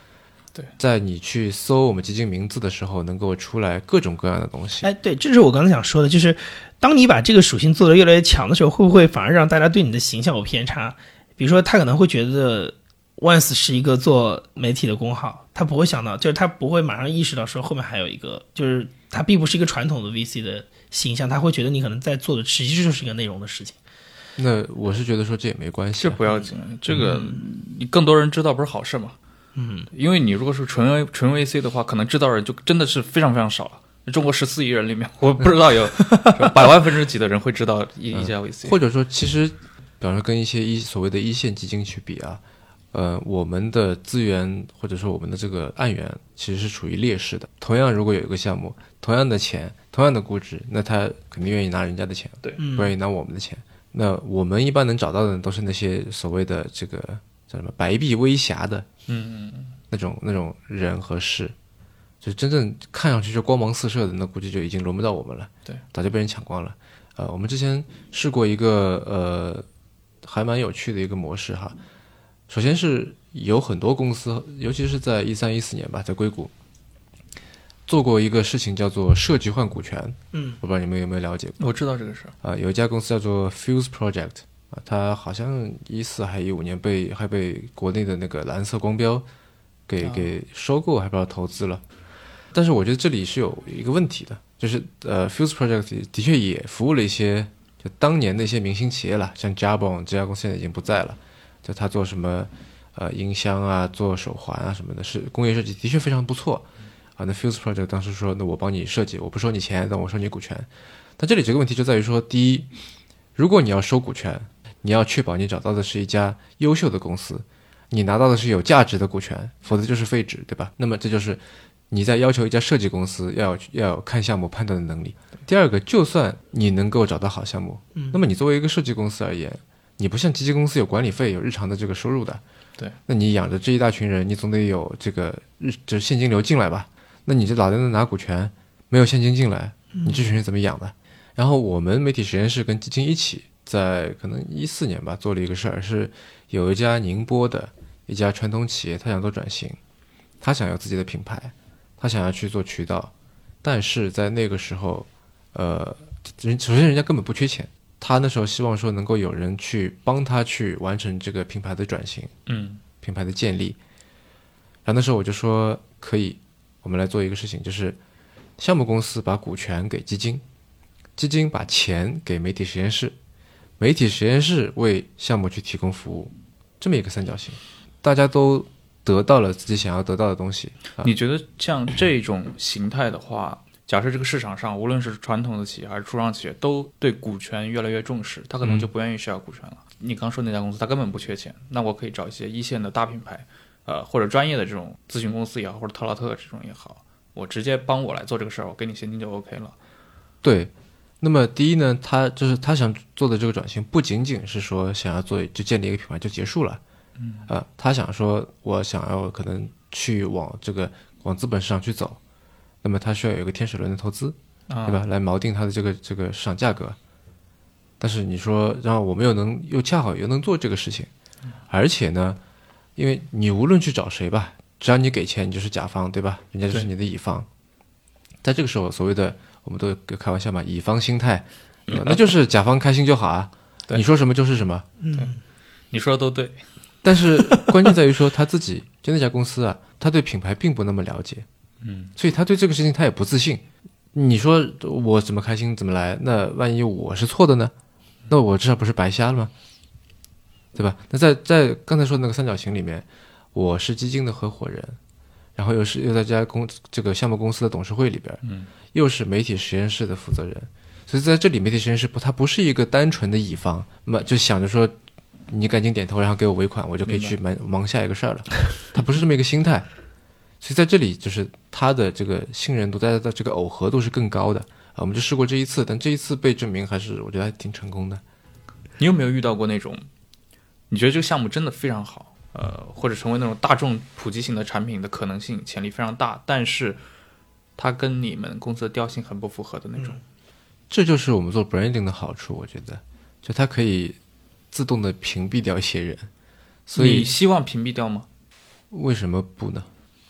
对， 在你去搜我们基金名字的时候，能够出来各种各样的东西。 哎，对，这是我刚才想说的，就是当你把这个属性做得越来越强的时候，会不会反而让大家对你的形象有偏差？比如说，他可能会觉得 Once 是一个做媒体的公号，他不会想到，就是他不会马上意识到说后面还有一个，就是他并不是一个传统的 V C 的形象，他会觉得你可能在做的实际就是一个内容的事情。 那我是觉得说这也没关系、 啊，这不要紧，这个你更多人知道不是好事嘛？ 嗯， 因为你如果是纯纯 V C 的话，可能知道人就真的是非常非常少了。中国十四亿人里面，我不知道有百万分之几的人会知道一、嗯、一家 V C。 或者说，其实，比方说跟一些一所谓的一线基金去比啊，呃，我们的资源或者说我们的这个案源其实是处于劣势的。同样，如果有一个项目，同样的钱，同样的估值，那他肯定愿意拿人家的钱， 对， 不愿意拿我们的钱。那我们一般能找到的都是那些所谓的这个叫什么白璧微瑕的， 嗯嗯， 那种那种人和事，就真正看上去就光芒四射的，那估计就已经轮不到我们了， 对， 早就被人抢光了。呃，我们之前试过一个呃还蛮有趣的一个模式哈。首先是有很多公司，尤其是在一三一四年吧，在硅谷做过一个事情叫做设计换股权， 嗯， 我不知道你们有没有了解过？ 我知道这个事啊、呃，有一家公司叫做 Fuse Project 啊，它好像一四还一五年被还被国内的那个蓝色光标给、啊、给收购，还不知道投资了。但是我觉得这里是有一个问题的，就是呃 Fuse Project 的确也服务了一些就当年的一些明星企业了，像 Jabon 这家公司现在已经不在了，就他做什么呃音箱啊，做手环啊什么的，是工业设计的确非常不错。啊，那 Fuse Project 当时说，那我帮你设计，我不收你钱，但我收你股权。但这里这个问题就在于说，第一，如果你要收股权，你要确保你找到的是一家优秀的公司，你拿到的是有价值的股权，否则就是废纸，对吧？那么这就是你在要求一家设计公司要有要有看项目判断的能力。第二个，就算你能够找到好项目，那么你作为一个设计公司而言，你不像基金公司有管理费，有日常的这个收入的， 对， 那你养着这一大群人，你总得有这个日就是现金流进来吧？那你这老在那拿股权，没有现金进来，你这群人怎么养的？然后我们媒体实验室跟基金一起，在可能一四年吧，做了一个事儿，是有一家宁波的一家传统企业，他想做转型，他想要自己的品牌，他想要去做渠道，但是在那个时候，呃，人首先人家根本不缺钱，他那时候希望说能够有人去帮他去完成这个品牌的转型， 嗯， 品牌的建立。然后那时候我就说可以。我们来做一个事情，就是项目公司把股权给基金，基金把钱给媒体实验室，媒体实验室为项目去提供服务，这么一个三角形，大家都得到了自己想要得到的东西。啊、 你觉得像这种形态的话，假设这个市场上无论是传统的企业还是初创企业都对股权越来越重视，他可能就不愿意需要股权了。嗯、你刚说那家公司他根本不缺钱，那我可以找一些一线的大品牌呃，或者专业的这种咨询公司也好，或者特劳特这种也好，我直接帮我来做这个事儿，我给你现金就 OK 了。 对，那么第一呢，他就是他想做的这个转型，不仅仅是说想要做就建立一个品牌就结束了， 嗯， 呃，他想说我想要可能去往这个往资本市场去走，那么他需要有一个天使轮的投资， 啊、 对吧？来锚定它的这个这个市场价格。但是你说，然后我们又能又恰好又能做这个事情，而且呢。因为你无论去找谁吧，只要你给钱，你就是甲方，对吧？人家就是你的乙方。在这个时候，所谓的我们都开玩笑嘛，乙方心态，嗯、那就是甲方开心就好啊。你说什么就是什么。 嗯， 你说的都对。 但是关键在于说他自己就那家公司啊，他对品牌并不那么了解， 嗯， 所以他对这个事情他也不自信。你说我怎么开心怎么来？那万一我是错的呢？那我至少不是白瞎了吗？对吧？那在在刚才说的那个三角形里面，我是基金的合伙人，然后又是又在这家公这个项目公司的董事会里边， 嗯， 又是媒体实验室的负责人，所以在这里媒体实验室不，它不是一个单纯的乙方，那么就想着说你赶紧点头，然后给我尾款，我就可以去忙忙下一个事儿了，它不是这么一个心态，所以在这里就是他的这个信任度，大家的这个耦合度是更高的啊。我们就试过这一次，但这一次被证明还是我觉得还挺成功的。 你有没有遇到过那种？你觉得这个项目真的非常好，呃，或者成为那种大众普及型的产品的可能性潜力非常大，但是它跟你们公司的调性很不符合的那种。 这就是我们做 branding 的好处，我觉得，就它可以自动的屏蔽掉一些人。所以你希望屏蔽掉吗？ 为什么不呢？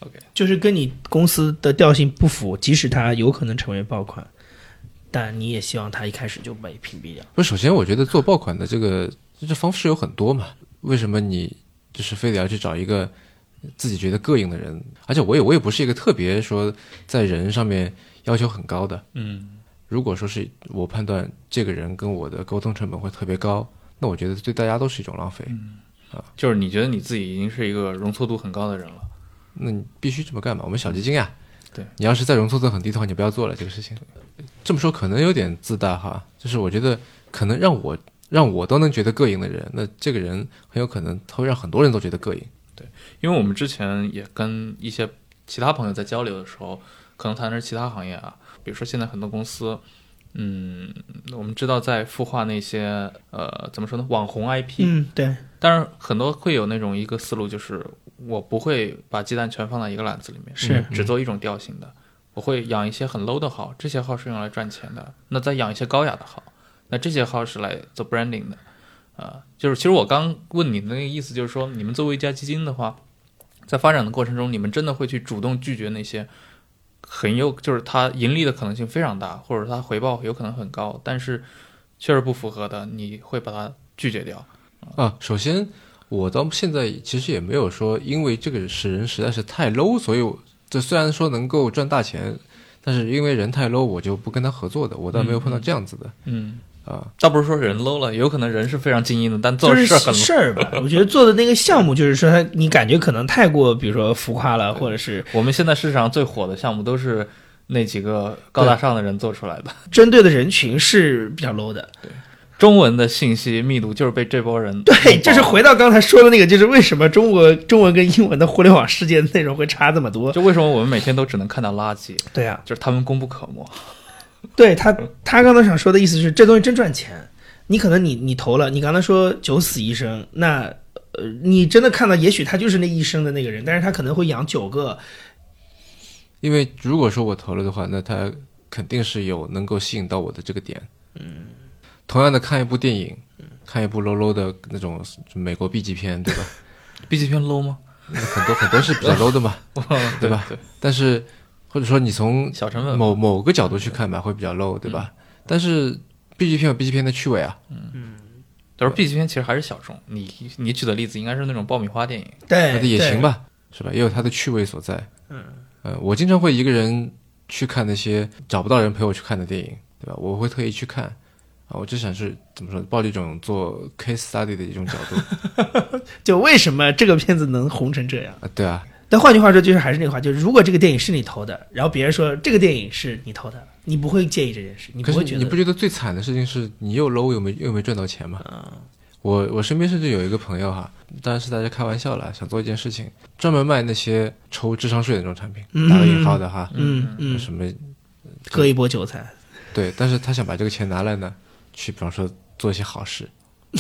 OK， 就是跟你公司的调性不符，即使它有可能成为爆款，但你也希望它一开始就被屏蔽掉。 不是，首先我觉得做爆款的这个这方式有很多嘛，为什么你就是非得要去找一个自己觉得膈应的人？而且我也我也不是一个特别说在人上面要求很高的。 嗯， 如果说是我判断这个人跟我的沟通成本会特别高，那我觉得对大家都是一种浪费。 嗯啊，就是你觉得你自己已经是一个容错度很高的人了， 那你必须这么干嘛？我们小基金呀。 对， 你要是再容错度很低的话，你不要做了这个事情。这么说可能有点自大哈，就是我觉得可能让我让我都能觉得膈应的人，那这个人很有可能他会让很多人都觉得膈应。 对，因为我们之前也跟一些其他朋友在交流的时候，可能谈的是其他行业啊，比如说现在很多公司，嗯，我们知道在孵化那些呃怎么说呢，网红 I P， 嗯，对。 当然很多会有那种一个思路，就是我不会把鸡蛋全放在一个篮子里面， 是只做一种调性的。我会养一些很 low 的号，这些号是用来赚钱的。那再养一些高雅的号，那这些号是来做 branding 的。呃，就是其实我刚问你的那个意思，就是说你们作为一家基金的话，在发展的过程中，你们真的会去主动拒绝那些很有，就是它盈利的可能性非常大，或者它回报有可能很高，但是确实不符合的，你会把它拒绝掉。 啊，首先我到现在其实也没有说因为这个使人实在是太 low， 所以我这虽然说能够赚大钱，但是因为人太 low 我就不跟他合作的，我倒没有碰到这样子的。 嗯啊， 倒不是说人 low 了，有可能人是非常精英的，但做事很 low。 就是事儿吧，我觉得做的那个项目就是说你感觉可能太过比如说浮夸了，或者是我们现在市场上最火的项目都是那几个高大上的人做出来的， 针对的人群是比较 low 的。 对，中文的信息密度就是被这波人对，就是回到刚才说的那个，就是为什么中国中文跟英文的互联网世界的内容会差这么多？ 就为什么我们每天都只能看到垃圾？ 对啊， 就是他们功不可没。 对他，他刚才想说的意思是，这东西真赚钱。你可能你你投了，你刚才说九死一生，那呃，你真的看到，也许他就是那一生的那个人，但是他可能会养九个。 因为如果说我投了的话，那他肯定是有能够吸引到我的这个点。嗯，同样的看一部电影，看一部 low low 的那种美国 B 级片，对吧 ？B 级片 low 吗？ 很多很多是比较 low 的嘛，对吧？ 对。 但是或者说你从小成本某某个角度去看吧，会比较 low， 对吧？嗯、但是 B 级片有 B 级片的趣味啊。 嗯。但是 B 级片其实还是小众。你你举的例子应该是那种爆米花电影， 对， 也行吧，是吧？也有它的趣味所在。嗯。呃，我经常会一个人去看那些找不到人陪我去看的电影，对吧？我会特意去看啊，我就想是怎么说，抱着一种做 case study 的一种角度， 就为什么这个片子能红成这样啊？对啊。 但换句话说，就是还是那个话，就是如果这个电影是你投的，然后别人说这个电影是你投的，你不会介意这件事，你不会觉得？ 你不觉得最惨的事情是你又 low 又没又没赚到钱吗？啊。我我身边甚至有一个朋友哈，当然是大家开玩笑了，想做一件事情，专门卖那些抽智商税的那种产品， 嗯、 打个引号的哈， 嗯嗯， 什么割一波韭菜， 对，但是他想把这个钱拿来呢，去比方说做一些好事，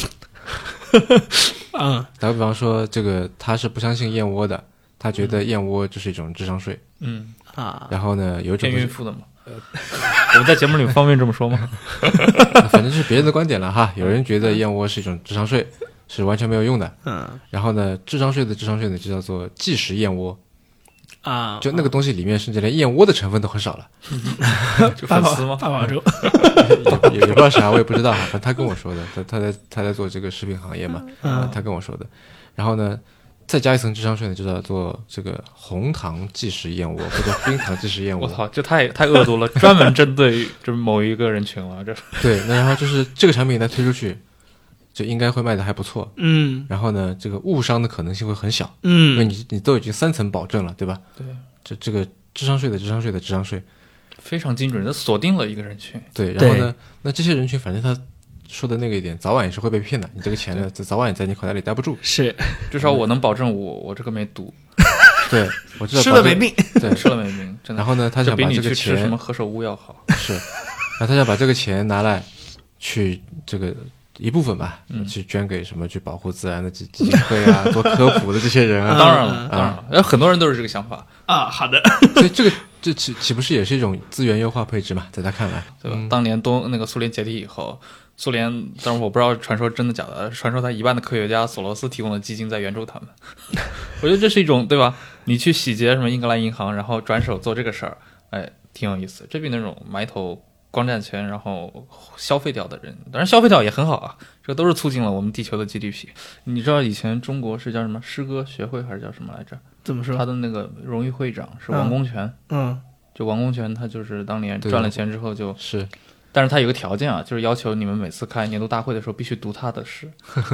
嗯， 打个比方说，这个他是不相信燕窝的，他觉得燕窝就是一种智商税， 嗯啊， 然后呢，有一种骗孕妇的嘛。呃，我们在节目里方便这么说吗？ 反正是别人的观点了哈。有人觉得燕窝是一种智商税，是完全没有用的。 嗯。 然后呢，智商税的智商税呢，就叫做即食燕窝啊， 就那个东西里面甚至连燕窝的成分都很少了。 就粉丝吗？ 八宝粥也也不知道啥，我也不知道哈。反正他跟我说的，他他在他在做这个食品行业嘛， 嗯， 他跟我说的。然后呢，再加一层智商税呢，就叫做这个红糖即食燕窝或者冰糖即食燕窝。 我操，这太太恶毒了，专门针对这某一个人群了。这对，那然后就是这个产品一旦推出去，就应该会卖的还不错。 嗯。 然后呢，这个误伤的可能性会很小。 嗯。 因为你你都已经三层保证了，对吧？ 对。 这这个智商税的智商税的智商税， 非常精准的锁定了一个人群。 对，然后呢，那这些人群反正他说的那个一点，早晚也是会被骗的。你这个钱呢，早晚也在你口袋里待不住。 是， 至少我能保证我我这个没毒。 对，我知道吃了没病。 对， 吃了没病。真的。 然后呢，他想把这个钱， 比你去吃什么何首乌要好。 是，然后他想把这个钱拿来去这个一部分吧， 嗯、 去捐给什么去保护自然的基基金会啊，做科普的这些人啊。 当然了，当然了，很多人都是这个想法啊。好的。 所以这个这岂岂不是也是一种资源优化配置嘛？在他看来， 对吧？ 嗯、 当年东那个苏联解体以后，苏联当然我不知道传说真的假的，传说他一半的科学家索罗斯提供的基金在援助他们。我觉得这是一种对吧？你去洗劫什么英格兰银行，然后转手做这个事儿，哎，挺有意思。这比那种埋头光占钱然后消费掉的人，当然消费掉也很好啊，这都是促进了我们地球的 G D P。你知道以前中国是叫什么诗歌学会还是叫什么来着？ 怎么说？ 他的那个荣誉会长是王功权， 嗯， 就王功权他就是当年赚了钱之后就， 是， 但是他有个条件啊，就是要求你们每次开年度大会的时候必须读他的诗。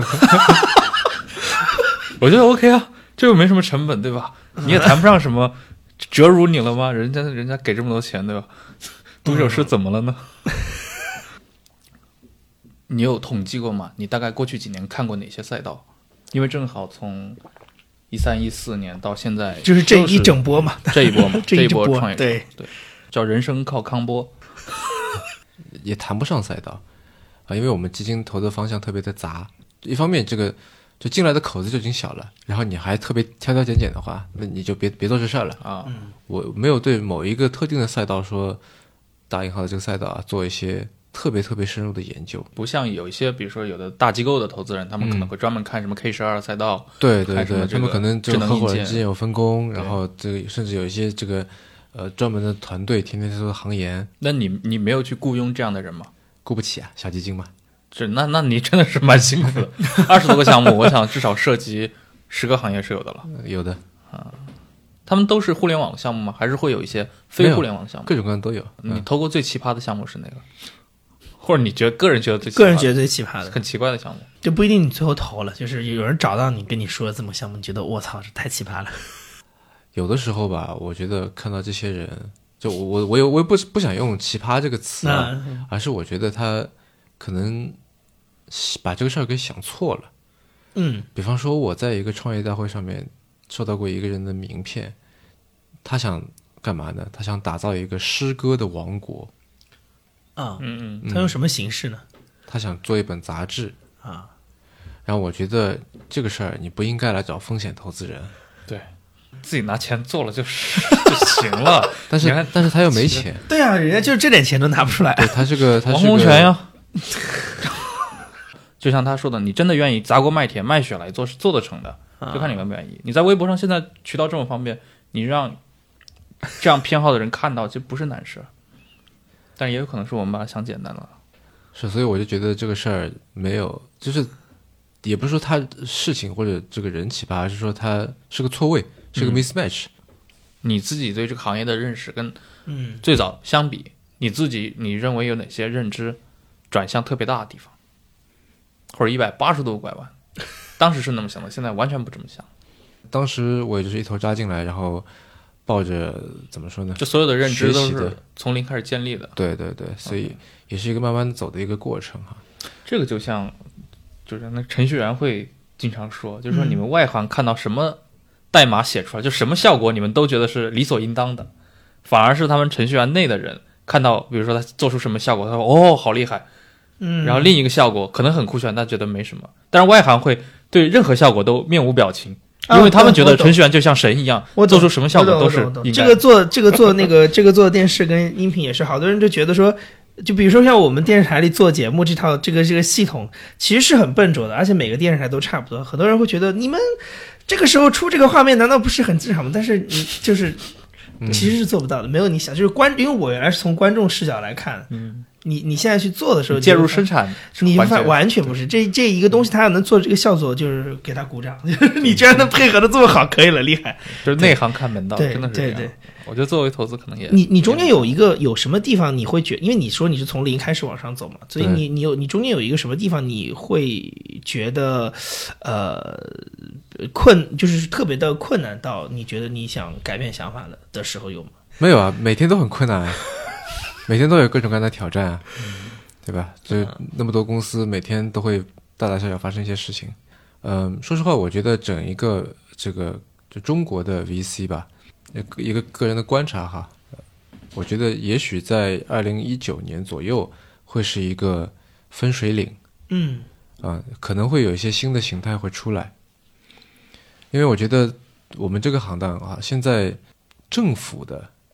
我觉得 OK 啊，这又没什么成本，对吧？你也谈不上什么折辱你了吗？人家人家给这么多钱，对吧？读首诗怎么了呢？你有统计过吗？你大概过去几年看过哪些赛道？因为正好从一三一四年到现在， 就是这一整波嘛， 这一波嘛， 这一波创业者， 对对，叫人生靠康波， 也谈不上赛道啊，因为我们基金投的方向特别的杂，一方面这个就进来的口子就已经小了，然后你还特别挑挑拣拣的话，那你就别别做这事儿了啊。 我没有对某一个特定的赛道说大银行的这个赛道啊做一些特别特别深入的研究， 不像有一些比如说有的大机构的投资人，他们可能会专门看什么 K 十二赛道， 嗯、对对对，他们可能就合伙人之间有分工，然后这个甚至有一些这个呃专门的团队天天在做行研。 那你你没有去雇佣这样的人吗？ 雇不起啊，小基金嘛。 这那那你真的是蛮辛苦的，二十多个项目，我想至少涉及十个行业是有的了。 呃、有的啊，他们都是互联网的项目吗？还是会有一些非互联网的项目？ 各种各样都有。 嗯、你投过最奇葩的项目是哪个？或者你觉得个人觉得最奇葩个人觉得最奇葩的很奇怪的项目， 就不一定你最后投了，就是有人找到你跟你说这么项目，你觉得我操这太奇葩了。 有的时候吧，我觉得看到这些人，就我我我也我也不不想用奇葩这个词啊，嗯、而是我觉得他可能把这个事儿给想错了。 嗯， 比方说我在一个创业大会上面收到过一个人的名片，他想干嘛呢？他想打造一个诗歌的王国。 啊， 嗯嗯，他用什么形式呢？ 他想做一本杂志啊， 然后我觉得这个事儿你不应该来找风险投资人， 对，自己拿钱做了就是就行了。 但是但是他又没钱， 对啊，人家就是这点钱都拿不出来。 对，他是个他是个王洪权呀。就像他说的，你真的愿意砸锅卖铁卖血来做是做得成的，就看你愿不愿意。你在微博上现在渠道这么方便，你让这样偏好的人看到，这不是难事。但也有可能是我们把它想简单了， 是，所以我就觉得这个事儿没有，就是也不是说他事情或者这个人奇葩，而是说他是个错位，是个 mismatch。 嗯、你自己对这个行业的认识跟嗯最早相比，你自己你认为有哪些认知转向特别大的地方，或者一百八十度拐弯？当时是那么想的，现在完全不这么想。 当时我也就是一头扎进来，然后抱着怎么说呢？ 就所有的认知都是从零开始建立的。 对对对，所以也是一个慢慢走的一个过程哈。 这个就像，就是那程序员会经常说，就是说你们外行看到什么代码写出来，就什么效果，你们都觉得是理所应当的，反而是他们程序员内的人看到，比如说他做出什么效果，他说哦好厉害， 嗯， 然后另一个效果可能很酷炫，但觉得没什么。但是外行会对任何效果都面无表情。因为他们觉得程序员就像神一样， 我做出什么效果都是应该。 这个做这个做那个这个做电视跟音频也是，好多人就觉得说，就比如说像我们电视台里做节目这套这个这个系统，其实是很笨拙的，而且每个电视台都差不多。很多人会觉得你们这个时候出这个画面难道不是很正常吗？但是你就是其实是做不到的，没有你想，就是观，因为我原来是从观众视角来看， 嗯。 你你现在去做的时候， 介入生产， 你发完全不是这这一个东西，它要能做这个效果，就是给他鼓掌。你居然能配合的这么好，可以了，厉害！ 就是内行看门道， 对真的是这样。 对对， 我觉得作为投资可能也你你中间有一个有什么地方你会觉，因为你说你是从零开始往上走嘛，所以你你有你中间有一个什么地方你会觉得呃困，就是特别的困难到你觉得你想改变想法的的时候有吗？ 没有啊，每天都很困难啊。每天都有各种各样的挑战啊，对吧？就那么多公司，每天都会大大小小发生一些事情。嗯，说实话，我觉得整一个这个就中国的 V C 吧，一个个人的观察哈，我觉得也许在二零一九年左右会是一个分水岭。 嗯， 啊，可能会有一些新的形态会出来，因为我觉得我们这个行当啊，现在政府的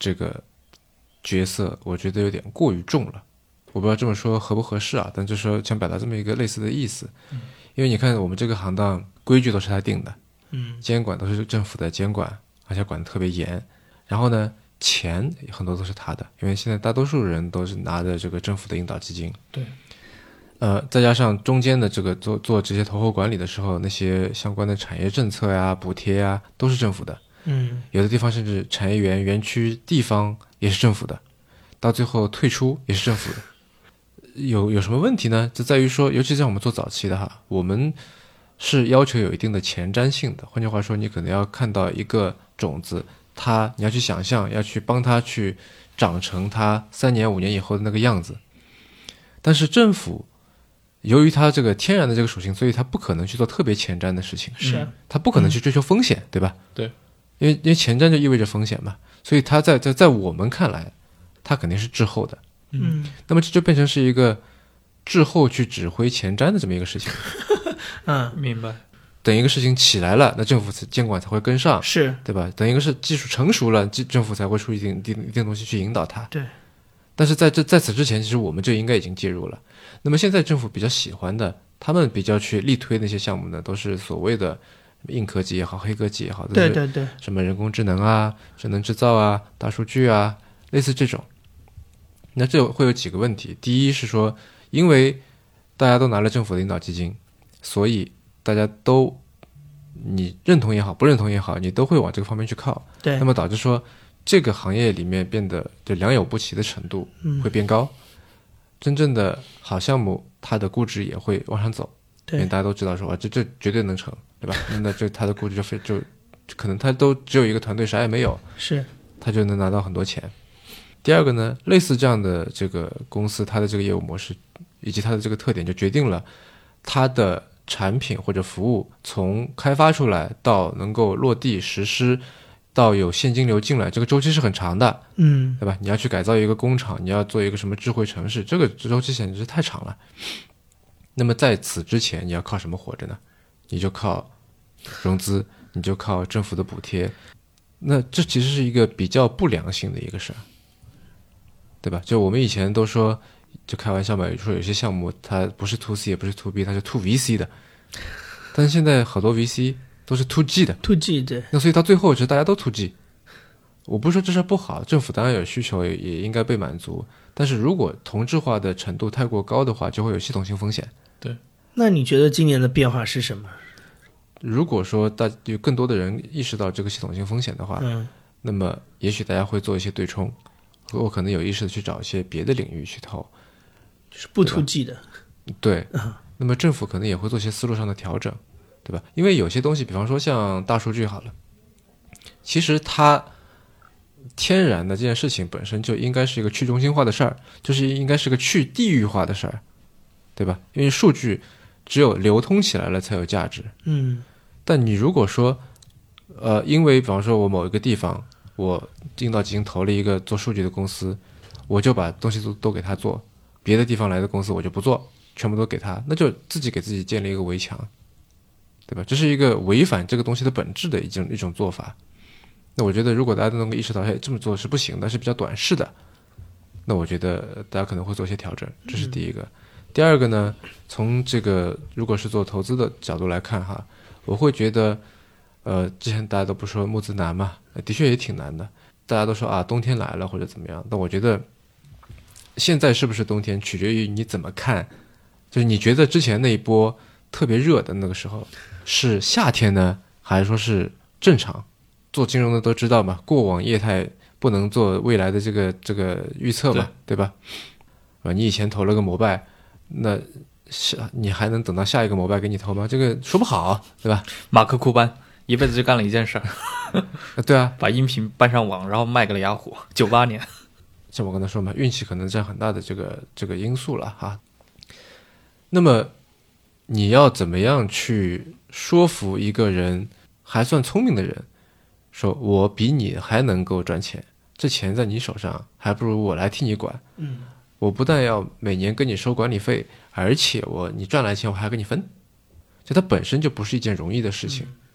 这个角色，我觉得有点过于重了。我不知道这么说合不合适啊，但就是说想表达这么一个类似的意思。 嗯， 因为你看我们这个行当规矩都是他定的， 嗯， 监管都是政府在监管，而且管得特别严。然后呢，钱很多都是他的，因为现在大多数人都是拿着这个政府的引导基金。 对。 呃，再加上中间的这个做做这些投后管理的时候，那些相关的产业政策呀、补贴呀，都是政府的。 嗯， 有的地方甚至产业园、园区、地方也是政府的，到最后退出也是政府的。有有什么问题呢？就在于说，尤其像我们做早期的哈，我们是要求有一定的前瞻性的。换句话说，你可能要看到一个种子，它你要去想象，要去帮它去长成它三年、五年以后的那个样子。但是政府由于它这个天然的这个属性，所以它不可能去做特别前瞻的事情， 是它不可能去追求风险，嗯、对吧？ 对， 因为因为前瞻就意味着风险嘛，所以它在在在我们看来，它肯定是滞后的。 嗯， 那么这就变成是一个滞后去指挥前瞻的这么一个事情。 嗯， 明白。 等一个事情起来了，那政府监管才会跟上， 是对吧？等一个是技术成熟了，政府才会出一定一定一定东西去引导它。 对。 但是在这在此之前，其实我们就应该已经介入了。那么现在政府比较喜欢的，他们比较去力推那些项目呢，都是所谓的硬科技也好，黑科技也好， 对对对， 什么人工智能啊、智能制造啊、大数据啊，类似这种。那这会有几个问题。第一是说，因为大家都拿了政府的引导基金，所以大家都你认同也好，不认同也好，你都会往这个方面去靠。 对。 那么导致说，这个行业里面变得就良莠不齐的程度会变高。嗯，真正的好项目，它的估值也会往上走。 对。 因为大家都知道说，啊，这这绝对能成，对吧？那这它的估值就非就可能它都只有一个团队，啥也没有， 是它就能拿到很多钱。第二个呢，类似这样的这个公司，它的这个业务模式以及它的这个特点，就决定了它的产品或者服务从开发出来到能够落地实施，到有现金流进来，这个周期是很长的， 嗯， 对吧？你要去改造一个工厂，你要做一个什么智慧城市，这个周期简直是太长了。那么在此之前，你要靠什么活着呢？你就靠融资，你就靠政府的补贴，那这其实是一个比较不良性的一个事儿。对吧？就我们以前都说，就开玩笑嘛，说有些项目它不是 to C 也不是 to B， 它是 to V C 的。但是现在好多 V C 都是 to G 的 to G 对。 那所以到最后其实大家都 to G。我不是说这事不好，政府当然有需求，也也应该被满足。但是如果同质化的程度太过高的话，就会有系统性风险。 对。 那你觉得今年的变化是什么？ 如果说大有更多的人意识到这个系统性风险的话， 嗯， 那么也许大家会做一些对冲。我可能有意识的去找一些别的领域去投， 就是不to G的。 对，那么政府可能也会做一些思路上的调整，对吧？因为有些东西，比方说像大数据好了，其实它天然的这件事情本身就应该是一个去中心化的事儿，就是应该是个去地域化的事儿，对吧？因为数据只有流通起来了才有价值。 嗯， 但你如果说，呃，因为比方说我某一个地方，我引导基金投了一个做数据的公司，我就把东西都都给他做，别的地方来的公司我就不做，全部都给他，那就自己给自己建立一个围墙，对吧？这是一个违反这个东西的本质的一种一种做法。那我觉得如果大家都能够意识到，哎，这么做是不行的，是比较短视的，那我觉得大家可能会做一些调整，这是第一个。嗯、第二个呢，从这个如果是做投资的角度来看哈，我会觉得，呃，之前大家都不说募资难嘛，的确也挺难的。大家都说啊，冬天来了或者怎么样，但我觉得现在是不是冬天，取决于你怎么看。就是你觉得之前那一波特别热的那个时候是夏天呢，还是说是正常？做金融的都知道嘛，过往业态不能做未来的这个这个预测嘛， 对, 对吧？啊，你以前投了个摩拜，那下你还能等到下一个摩拜给你投吗？这个说不好，对吧？ 马克库班一辈子就干了一件事儿， 对啊， 把音频搬上网，然后卖给了雅虎。九八年， 像我刚才说嘛，运气可能占很大的这个这个因素了哈。那么你要怎么样去说服一个人还算聪明的人，说我比你还能够赚钱，这钱在你手上，还不如我来替你管。 嗯， 我不但要每年跟你收管理费，而且我你赚来钱我还要跟你分，就它本身就不是一件容易的事情。嗯、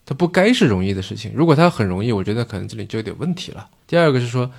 它不该是容易的事情。如果它很容易，我觉得可能这里就有点问题了。第二个是说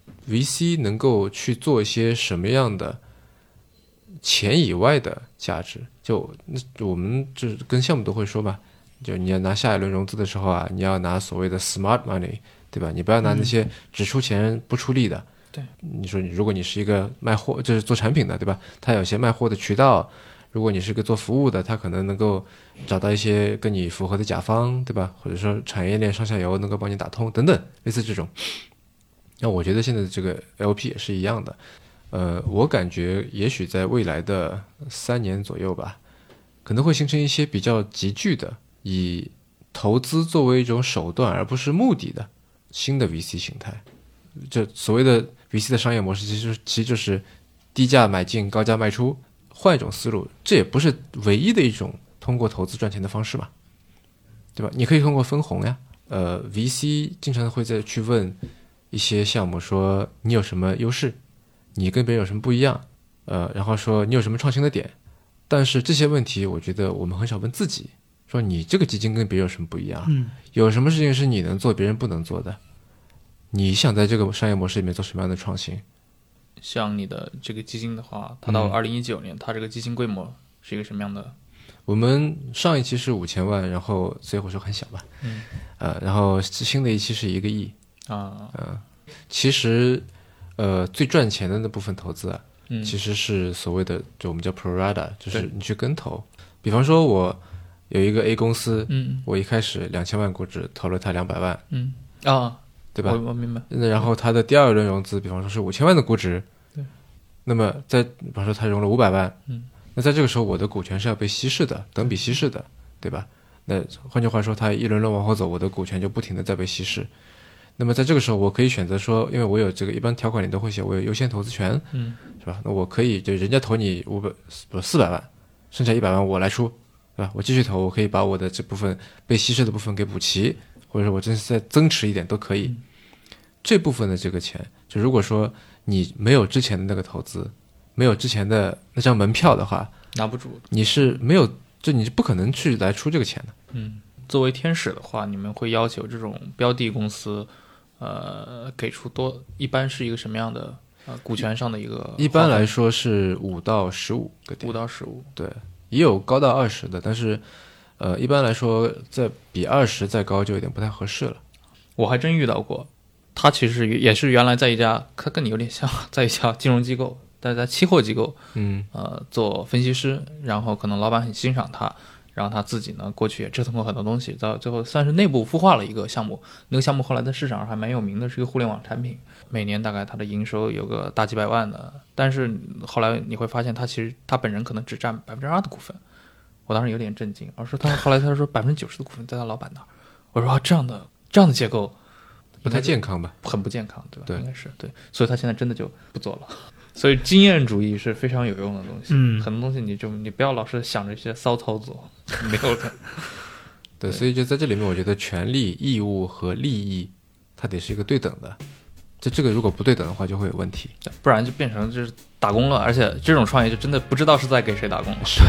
V C 能够去做一些什么样的钱以外的价值，就我们就是跟项目都会说嘛，就你要拿下一轮融资的时候啊，你要拿所谓的 smart money， 对吧？你不要拿那些只出钱不出力的。 嗯、对， 你说如果你是一个卖货，就是做产品的，对吧？它有些卖货的渠道。如果你是个做服务的，他可能能够找到一些跟你符合的甲方，对吧？或者说产业链上下游能够帮你打通等等，类似这种。那我觉得现在的这个 L P 也是一样的。呃，我感觉也许在未来的三年左右吧，可能会形成一些比较急剧的，以投资作为一种手段而不是目的的新的 V C 形态。这所谓的 V C 的商业模式，其实其实就是低价买进，高价卖出。换一种思路，这也不是唯一的一种通过投资赚钱的方式嘛，对吧？你可以通过分红呀。呃 ，V C 经常会再去问一些项目说你有什么优势，你跟别人有什么不一样，呃，然后说你有什么创新的点。但是这些问题，我觉得我们很少问自己，说你这个基金跟别人有什么不一样？ 嗯， 有什么事情是你能做别人不能做的？你想在这个商业模式里面做什么样的创新？ 像你的这个基金的话，它到二零一九年、嗯，它这个基金规模是一个什么样的？ 我们上一期是五千万，然后所以我说很小吧， 嗯， 呃，然后新的一期是一个亿啊， 呃，其实呃最赚钱的那部分投资啊， 嗯， 其实是所谓的就我们叫 pro rata， 就是你去跟投。比方说我有一个 A 公司， 嗯， 我一开始两千万估值投了它两百万， 嗯啊， 对吧？ 我我明白。 然后它的第二轮融资，比方说是五千万的估值。 对， 那么在比方说他融了五百万， 嗯， 那在这个时候我的股权是要被稀释的，等比稀释的，对吧？那换句话说，他一轮轮往后走，我的股权就不停的在被稀释。那么在这个时候，我可以选择说，因为我有这个一般条款里都会写我有优先投资权， 嗯， 是吧？那我可以就人家投你五百不四百万，剩下一百万我来出，对吧？我继续投，我可以把我的这部分被稀释的部分给补齐，或者说我真是再增持一点都可以。 嗯， 这部分的这个钱，就如果说你没有之前的那个投资，没有之前的那张门票的话， 拿不住， 你是没有，就你是不可能去来出这个钱的。 嗯，作为天使的话，你们会要求这种标的公司，呃，给出多，一般是一个什么样的呃股权上的一个？ 一般来说是五到十五个点， 五到十五， 对，也有高到二十的，但是呃，一般来说再比二十再高就有点不太合适了。 我还真遇到过。他其实也是原来在一家，他跟你有点像，在一家金融机构，但是在期货机构， 嗯， 呃，做分析师，然后可能老板很欣赏他，然后他自己呢过去也折腾过很多东西，到最后算是内部孵化了一个项目。那个项目后来在市场上还蛮有名的，是一个互联网产品，每年大概他的营收有个大几百万的，但是后来你会发现他其实他本人可能只占百分之二的股份，我当时有点震惊，而说他后来他说百分之九十的股份在他老板那儿，我说、啊、这样的这样的结构。 不太健康吧？ 很不健康，对吧？ 对， 应该是对，所以他现在真的就不做了。所以经验主义是非常有用的东西。 嗯， 很多东西你就你不要老是想着一些骚操作，没有的。 对，所以就在这里面，我觉得权利、义务和利益，它得是一个对等的。就这个如果不对等的话，就会有问题， 不然就变成就是打工了，而且这种创业就真的不知道是在给谁打工了。 是。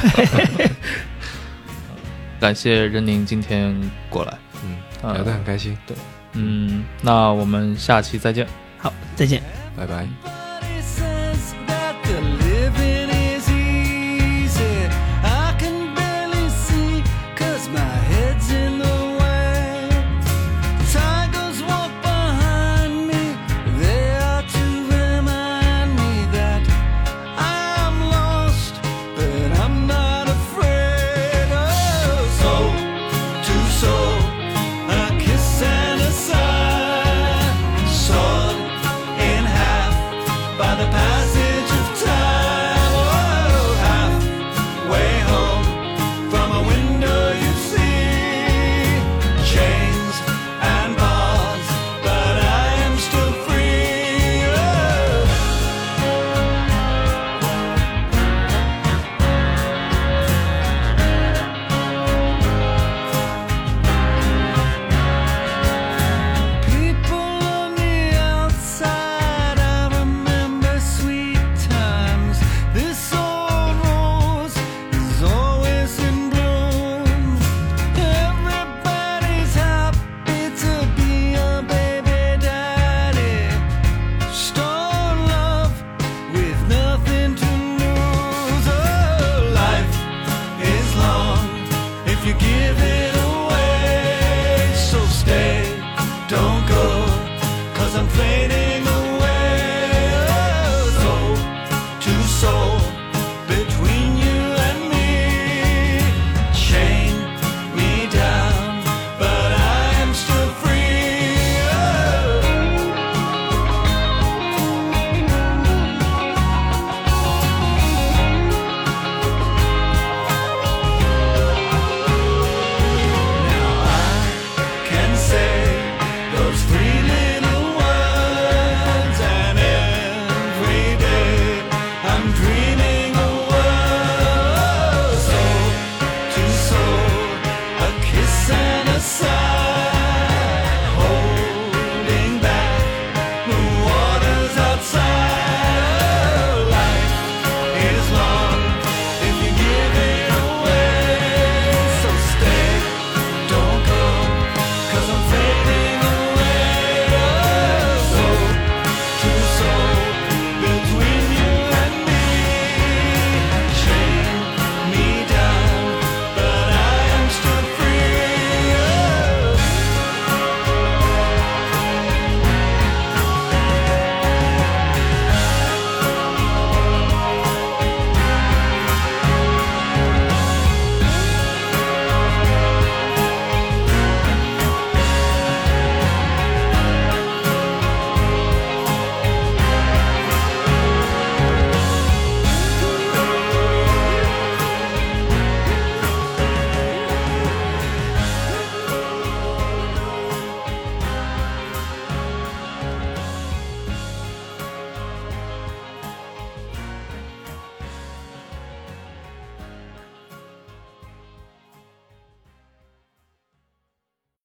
感谢任宁今天过来， 嗯，聊得很开心。 对。嗯，那我们下期再见。 好，再见， 拜拜。 手。